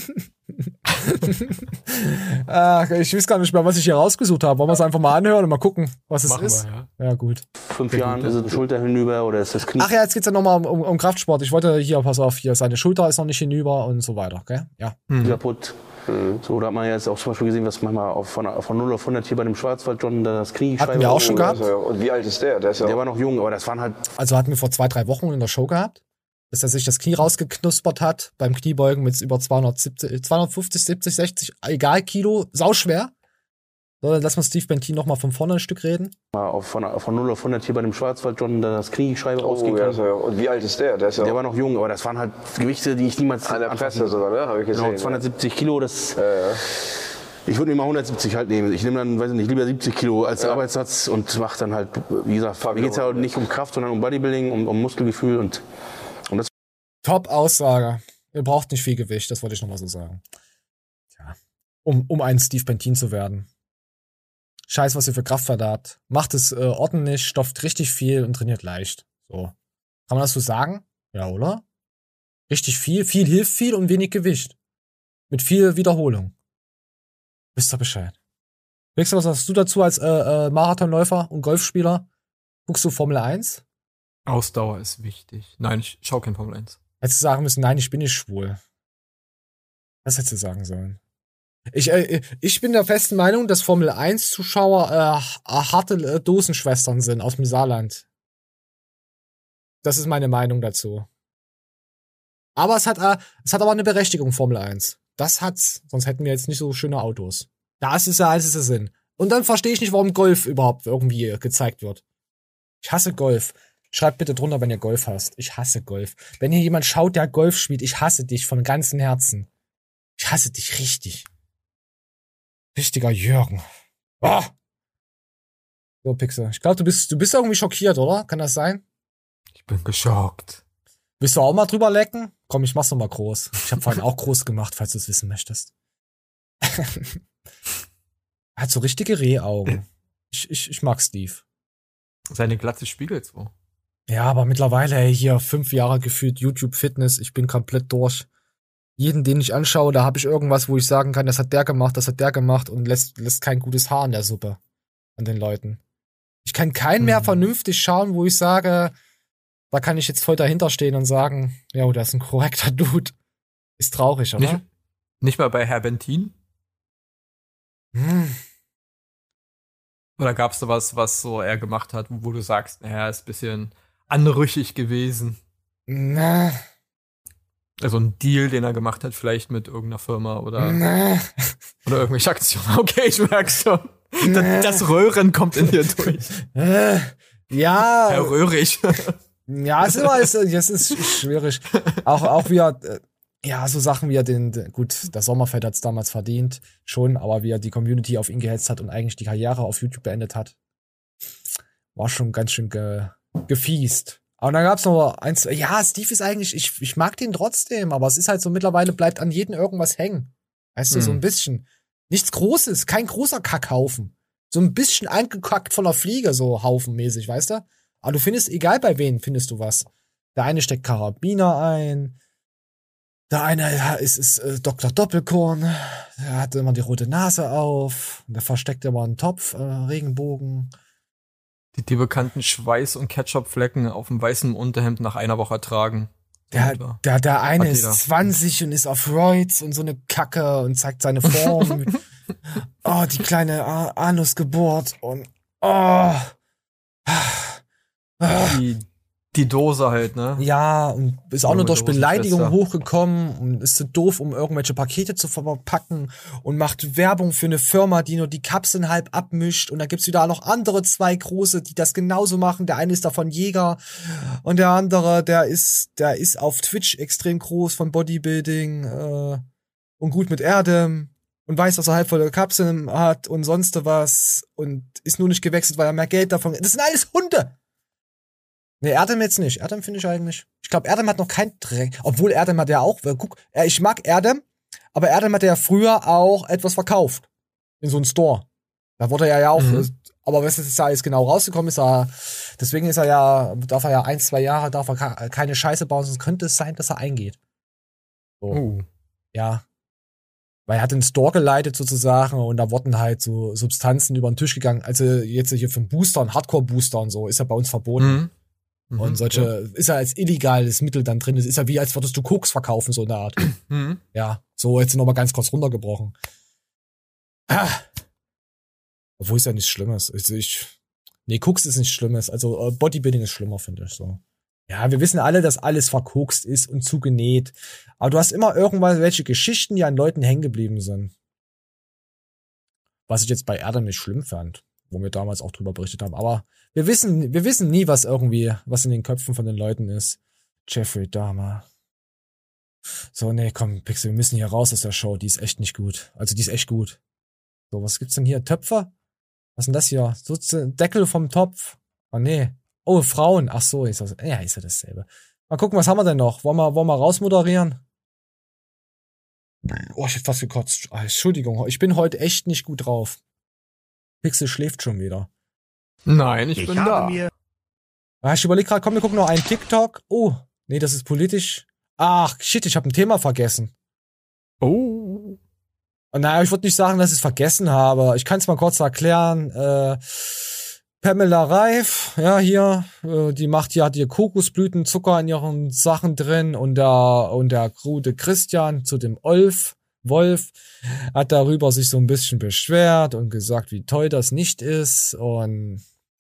Ich weiß gar nicht mehr, was ich hier rausgesucht habe. Wollen wir es einfach mal anhören und mal gucken, was es ist? Ja, gut. 5 Jahren ist es Schulter hinüber oder ist das Knie? Ach ja, jetzt geht's ja nochmal um Kraftsport. Ich wollte hier, pass auf, hier, seine Schulter ist noch nicht hinüber und so weiter, okay? Ja. Kaputt. So, da hat man jetzt auch zum Beispiel gesehen, was manchmal von 0 auf 100 hier bei dem Schwarzwald John das Knie hatten wir auch schon gehabt. Und wie alt ist der? Der war noch jung, aber das waren halt... Also hatten wir vor 2-3 Wochen in der Show gehabt, dass er sich das Knie rausgeknuspert hat beim Kniebeugen mit über 250, 70, 60, egal Kilo, sauschwer. So, dann lass mal Steve Bentin noch mal von vorne ein Stück reden. Von 0 auf 100 hier bei dem Schwarzwald John das Kniescheibe ausgehen kann. Und wie alt ist der? Der war noch jung, aber das waren halt Gewichte, die ich niemals... An der Presse sogar, ne? Habe ich gesehen. Genau, 270 Kilo, das... Ich würde mir mal 170 halt nehmen. Ich nehme dann, weiß ich nicht, lieber 70 Kilo als Arbeitssatz und mache dann halt, wie gesagt, mir geht es ja nicht um Kraft, sondern um Bodybuilding, um Muskelgefühl und das... Top-Aussage. Ihr braucht nicht viel Gewicht, das wollte ich noch mal so sagen. Ja. Um ein Steve Bentin zu werden. Scheiß, was ihr für Kraftwerte habt. Macht es ordentlich, stofft richtig viel und trainiert leicht. So. Kann man das so sagen? Ja, oder? Richtig viel. Viel hilft viel und wenig Gewicht. Mit viel Wiederholung. Wisst ihr Bescheid. Was hast du dazu als Marathonläufer und Golfspieler? Guckst du Formel 1? Ausdauer ist wichtig. Nein, ich schaue kein Formel 1. Hättest du sagen müssen, nein, ich bin nicht schwul. Das hättest du sagen sollen. Ich bin der festen Meinung, dass Formel 1 Zuschauer harte Dosenschwestern sind aus dem Saarland. Das ist meine Meinung dazu. Aber es hat aber eine Berechtigung, Formel 1. Das hat's, sonst hätten wir jetzt nicht so schöne Autos. Das ist ja alles der Sinn. Und dann verstehe ich nicht, warum Golf überhaupt irgendwie gezeigt wird. Ich hasse Golf. Schreibt bitte drunter, wenn ihr Golf hasst. Ich hasse Golf. Wenn hier jemand schaut, der Golf spielt, ich hasse dich von ganzem Herzen. Ich hasse dich richtig. Richtiger Jürgen. Oh. So, Pixel. Ich glaube, du bist irgendwie schockiert, oder? Kann das sein? Ich bin geschockt. Willst du auch mal drüber lecken? Komm, ich mach's noch mal groß. Ich habe vorhin auch groß gemacht, falls du es wissen möchtest. Er hat so richtige Rehaugen. Ich mag Steve. Seine Glatze spiegelt so. Ja, aber mittlerweile, hier 5 Jahre gefühlt YouTube Fitness. Ich bin komplett durch. Jeden, den ich anschaue, da habe ich irgendwas, wo ich sagen kann, das hat der gemacht und lässt kein gutes Haar in der Suppe an den Leuten. Ich kann keinen mehr vernünftig schauen, wo ich sage, da kann ich jetzt voll dahinter stehen und sagen, ja, der ist ein korrekter Dude. Ist traurig, oder? Nicht mal bei Herr Bentin? Oder gab's da was so er gemacht hat, wo du sagst, naja, ist ein bisschen anrüchig gewesen? Na. Also ein Deal, den er gemacht hat, vielleicht mit irgendeiner Firma oder irgendwelche Aktionen. Okay, ich merk's schon. Das Röhren kommt in dir durch. Ja. Herr Röhrig. Ja, es ist schwierig. Auch wie er, so Sachen wie er der Sommerfeld hat's damals verdient, schon, aber wie er die Community auf ihn gehetzt hat und eigentlich die Karriere auf YouTube beendet hat, war schon ganz schön gefiest. Aber dann gab's noch eins, Steve ist eigentlich, ich mag den trotzdem, aber es ist halt so, mittlerweile bleibt an jedem irgendwas hängen. Weißt du, so ein bisschen. Nichts Großes, kein großer Kackhaufen. So ein bisschen eingekackt von der Fliege, so haufenmäßig, weißt du? Aber du findest, egal bei wem, findest du was. Der eine steckt Karabiner ein, der eine ist Dr. Doppelkorn, der hat immer die rote Nase auf, der versteckt immer einen Topf, Regenbogen. Die bekannten Schweiß- und Ketchupflecken auf dem weißen Unterhemd nach einer Woche tragen. Der eine ist 20 und ist auf Roids und so eine Kacke und zeigt seine Form. Die kleine Anusgeburt und Die Dose halt, ne? Ja, und ist auch nur durch Beleidigung hochgekommen und ist so doof, um irgendwelche Pakete zu verpacken und macht Werbung für eine Firma, die nur die Kapseln halb abmischt. Und da gibt's wieder noch andere 2 große, die das genauso machen. Der eine ist davon Jäger und der andere, der ist auf Twitch extrem groß von Bodybuilding und gut mit Erdem und weiß, dass er halb volle Kapseln hat und sonst was und ist nur nicht gewechselt, weil er mehr Geld davon... Das sind alles Hunde! Nee, Erdem jetzt nicht. Erdem finde ich eigentlich. Ich glaube, Erdem hat noch kein Dreck. Obwohl Erdem hat ja auch, guck, ich mag Erdem, aber Erdem hat ja früher auch etwas verkauft. In so einem Store. Da wurde er ja auch, aber was jetzt da jetzt genau rausgekommen ist, deswegen darf er ja 1-2 Jahre, darf er keine Scheiße bauen, sonst könnte es sein, dass er eingeht. So. Ja. Weil er hat den Store geleitet sozusagen und da wurden halt so Substanzen über den Tisch gegangen. Also jetzt hier für Booster und Hardcore-Booster und so, ist ja bei uns verboten. Und ist ja als illegales Mittel dann drin. Das ist ja wie, als würdest du Koks verkaufen, so in der Art. Ja, so jetzt noch mal ganz kurz runtergebrochen. Obwohl es ja nichts Schlimmes. Koks ist nichts Schlimmes. Also Bodybuilding ist schlimmer, finde ich so. Ja, wir wissen alle, dass alles verkokst ist und zugenäht. Aber du hast immer welche Geschichten, die an Leuten hängen geblieben sind. Was ich jetzt bei Erdem nicht schlimm fand, wo wir damals auch drüber berichtet haben. Aber wir wissen nie, was in den Köpfen von den Leuten ist. Jeffrey Dahmer. So, nee, komm, Pixel, wir müssen hier raus aus der Show. Die ist echt nicht gut. Also, die ist echt gut. So, was gibt's denn hier? Töpfer? Was ist denn das hier? So, Deckel vom Topf. Oh, nee. Oh, Frauen. Ach so, ist ja dasselbe. Mal gucken, was haben wir denn noch? Wollen wir rausmoderieren? Oh, ich hab fast gekotzt. Entschuldigung, ich bin heute echt nicht gut drauf. Pixel schläft schon wieder. Nein, ich bin da. Ich überlege gerade, komm, wir gucken noch einen TikTok. Oh, nee, das ist politisch. Ach, shit, ich habe ein Thema vergessen. Oh. Naja, ich würde nicht sagen, dass ich es vergessen habe. Ich kann es mal kurz erklären. Pamela Reif, ja, hier, hat hier Kokosblütenzucker in ihren Sachen drin und der gute Christian zu dem Wolf hat darüber sich so ein bisschen beschwert und gesagt, wie toll das nicht ist und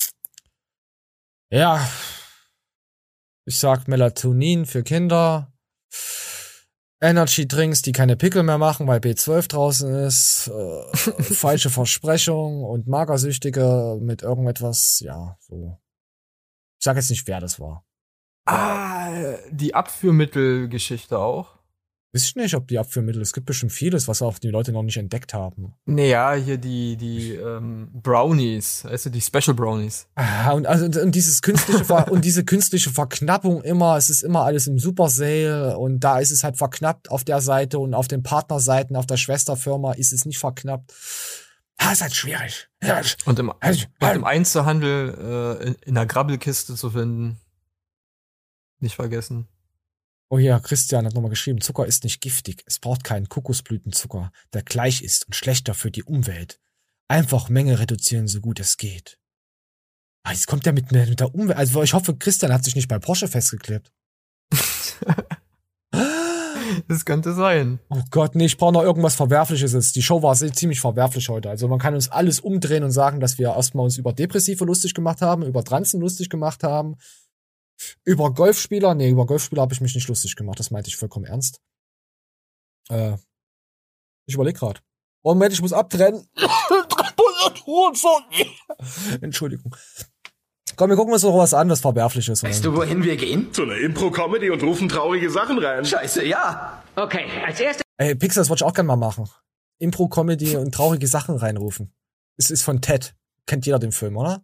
ja, ich sag Melatonin für Kinder, Energy Drinks, die keine Pickel mehr machen, weil B12 draußen ist, falsche Versprechungen und Magersüchtige mit irgendetwas, ja, so. Ich sag jetzt nicht, wer das war. Die Abführmittelgeschichte auch. Weiß ich nicht, ob die Abführmittel, es gibt bestimmt vieles, was auch die Leute noch nicht entdeckt haben. Naja, hier die Brownies, weißt du, die Special Brownies. Und dieses künstliche und diese künstliche Verknappung immer, es ist immer alles im Super Sale und da ist es halt verknappt auf der Seite und auf den Partnerseiten, auf der Schwesterfirma ist es nicht verknappt. Ist halt schwierig. Und im Einzelhandel in der Grabbelkiste zu finden. Nicht vergessen. Oh ja, Christian hat nochmal geschrieben, Zucker ist nicht giftig. Es braucht keinen Kokosblütenzucker, der gleich ist und schlechter für die Umwelt. Einfach Menge reduzieren, so gut es geht. Jetzt kommt der mit der Umwelt. Also ich hoffe, Christian hat sich nicht bei Porsche festgeklebt. Das könnte sein. Oh Gott, nee, ich brauche noch irgendwas Verwerfliches jetzt. Die Show war ziemlich verwerflich heute. Also man kann uns alles umdrehen und sagen, dass wir erstmal uns über Depressive lustig gemacht haben, über Transen lustig gemacht haben, über Golfspieler. Nee, über Golfspieler habe ich mich nicht lustig gemacht. Das meinte ich vollkommen ernst. Ich überlege gerade. Moment, ich muss abtrennen. Entschuldigung. Komm, wir gucken uns noch was an, was Verwerfliches. Weißt du, wohin wir gehen? Zu einer Impro-Comedy und rufen traurige Sachen rein. Scheiße, ja. Okay, als erstes... Ey, Pixar, das wollte ich auch gerne mal machen. Impro-Comedy und traurige Sachen reinrufen. Es ist von Ted. Kennt jeder den Film, oder?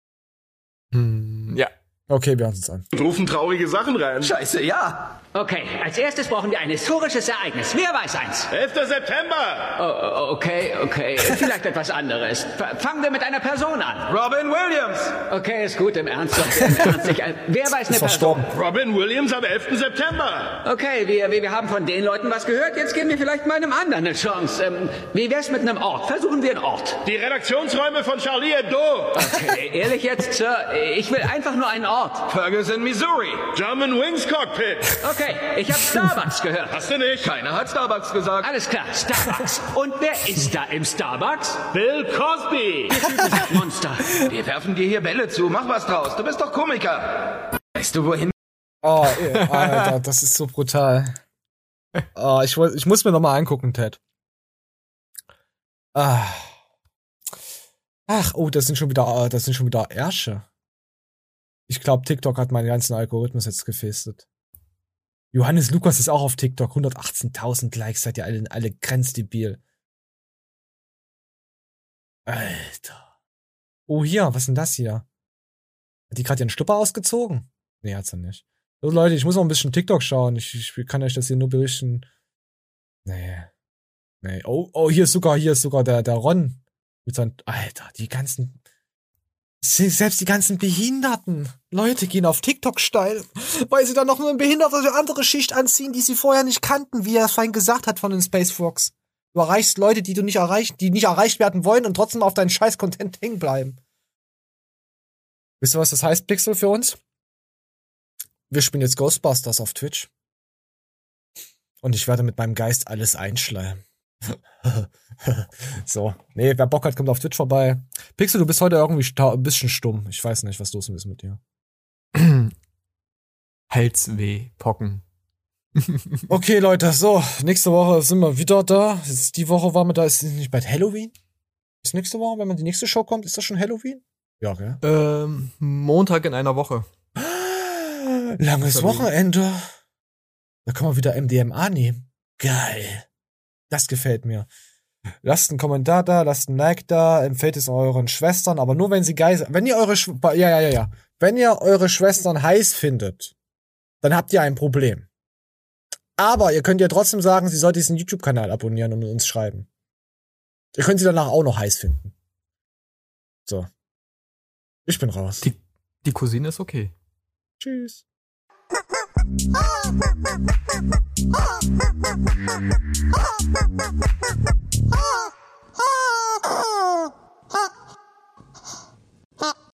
Ja. Okay, wir hören uns an. Und rufen traurige Sachen rein. Scheiße, ja. Okay, als erstes brauchen wir ein historisches Ereignis. Wer weiß eins? 11. September! Oh, okay. Vielleicht etwas anderes. Fangen wir mit einer Person an. Robin Williams! Okay, ist gut, im Ernst. Wer weiß eine Person? Robin Williams am 11. September! Okay, wir haben von den Leuten was gehört. Jetzt geben wir vielleicht mal einem anderen eine Chance. Wie wär's mit einem Ort? Versuchen wir einen Ort. Die Redaktionsräume von Charlie Hebdo! Okay, ehrlich jetzt, Sir? Ich will einfach nur einen Ort. Ferguson, Missouri! German Wings Cockpit! Okay, ich habe Starbucks gehört. Hast du nicht? Keiner hat Starbucks gesagt. Alles klar, Starbucks. Und wer ist da im Starbucks? Bill Cosby. Ihr Typen sind Monster. Wir werfen dir hier Bälle zu. Mach was draus. Du bist doch Komiker. Weißt du, wohin? Oh, Alter, das ist so brutal. Oh, ich muss mir noch mal angucken, Ted. Ach, oh, das sind schon wieder Ärsche. Ich glaube, TikTok hat meinen ganzen Algorithmus jetzt gefestet. Johannes Lukas ist auch auf TikTok. 118.000 Likes, seid ihr alle grenzdebil. Alter. Oh, hier, was ist denn das hier? Hat die gerade ihren Schlüpper ausgezogen? Nee, hat sie nicht. So, Leute, ich muss noch ein bisschen TikTok schauen. Ich kann euch das hier nur berichten. Nee. Oh, hier ist sogar der Ron. Mit seinen, Alter, selbst die ganzen behinderten Leute gehen auf TikTok steil, weil sie dann noch eine behinderte andere Schicht anziehen, die sie vorher nicht kannten, wie er vorhin gesagt hat von den Space Fox. Du erreichst Leute, die nicht erreicht werden wollen und trotzdem auf deinen scheiß Content hängen bleiben. Wisst ihr, was das heißt, Pixel, für uns? Wir spielen jetzt Ghostbusters auf Twitch. Und ich werde mit meinem Geist alles einschleimen. So, nee, wer Bock hat, kommt auf Twitch vorbei. Pixel, du bist heute irgendwie ein bisschen stumm. Ich weiß nicht, was los ist mit dir. Halsweh, Pocken. Okay, Leute, so, nächste Woche sind wir wieder da. Die Woche waren wir da, ist nicht bald Halloween? Ist nächste Woche, wenn man die nächste Show kommt, ist das schon Halloween? Ja, gell? Montag in einer Woche. Langes Wochenende. Da kann man wieder MDMA nehmen. Geil. Das gefällt mir. Lasst einen Kommentar da, lasst ein Like da, empfehlt es euren Schwestern, aber nur wenn sie geil sind. Wenn ihr Wenn ihr eure Schwestern heiß findet, dann habt ihr ein Problem. Aber ihr könnt ja trotzdem sagen, sie soll diesen YouTube-Kanal abonnieren und uns schreiben. Ihr könnt sie danach auch noch heiß finden. So. Ich bin raus. Die Cousine ist okay. Tschüss.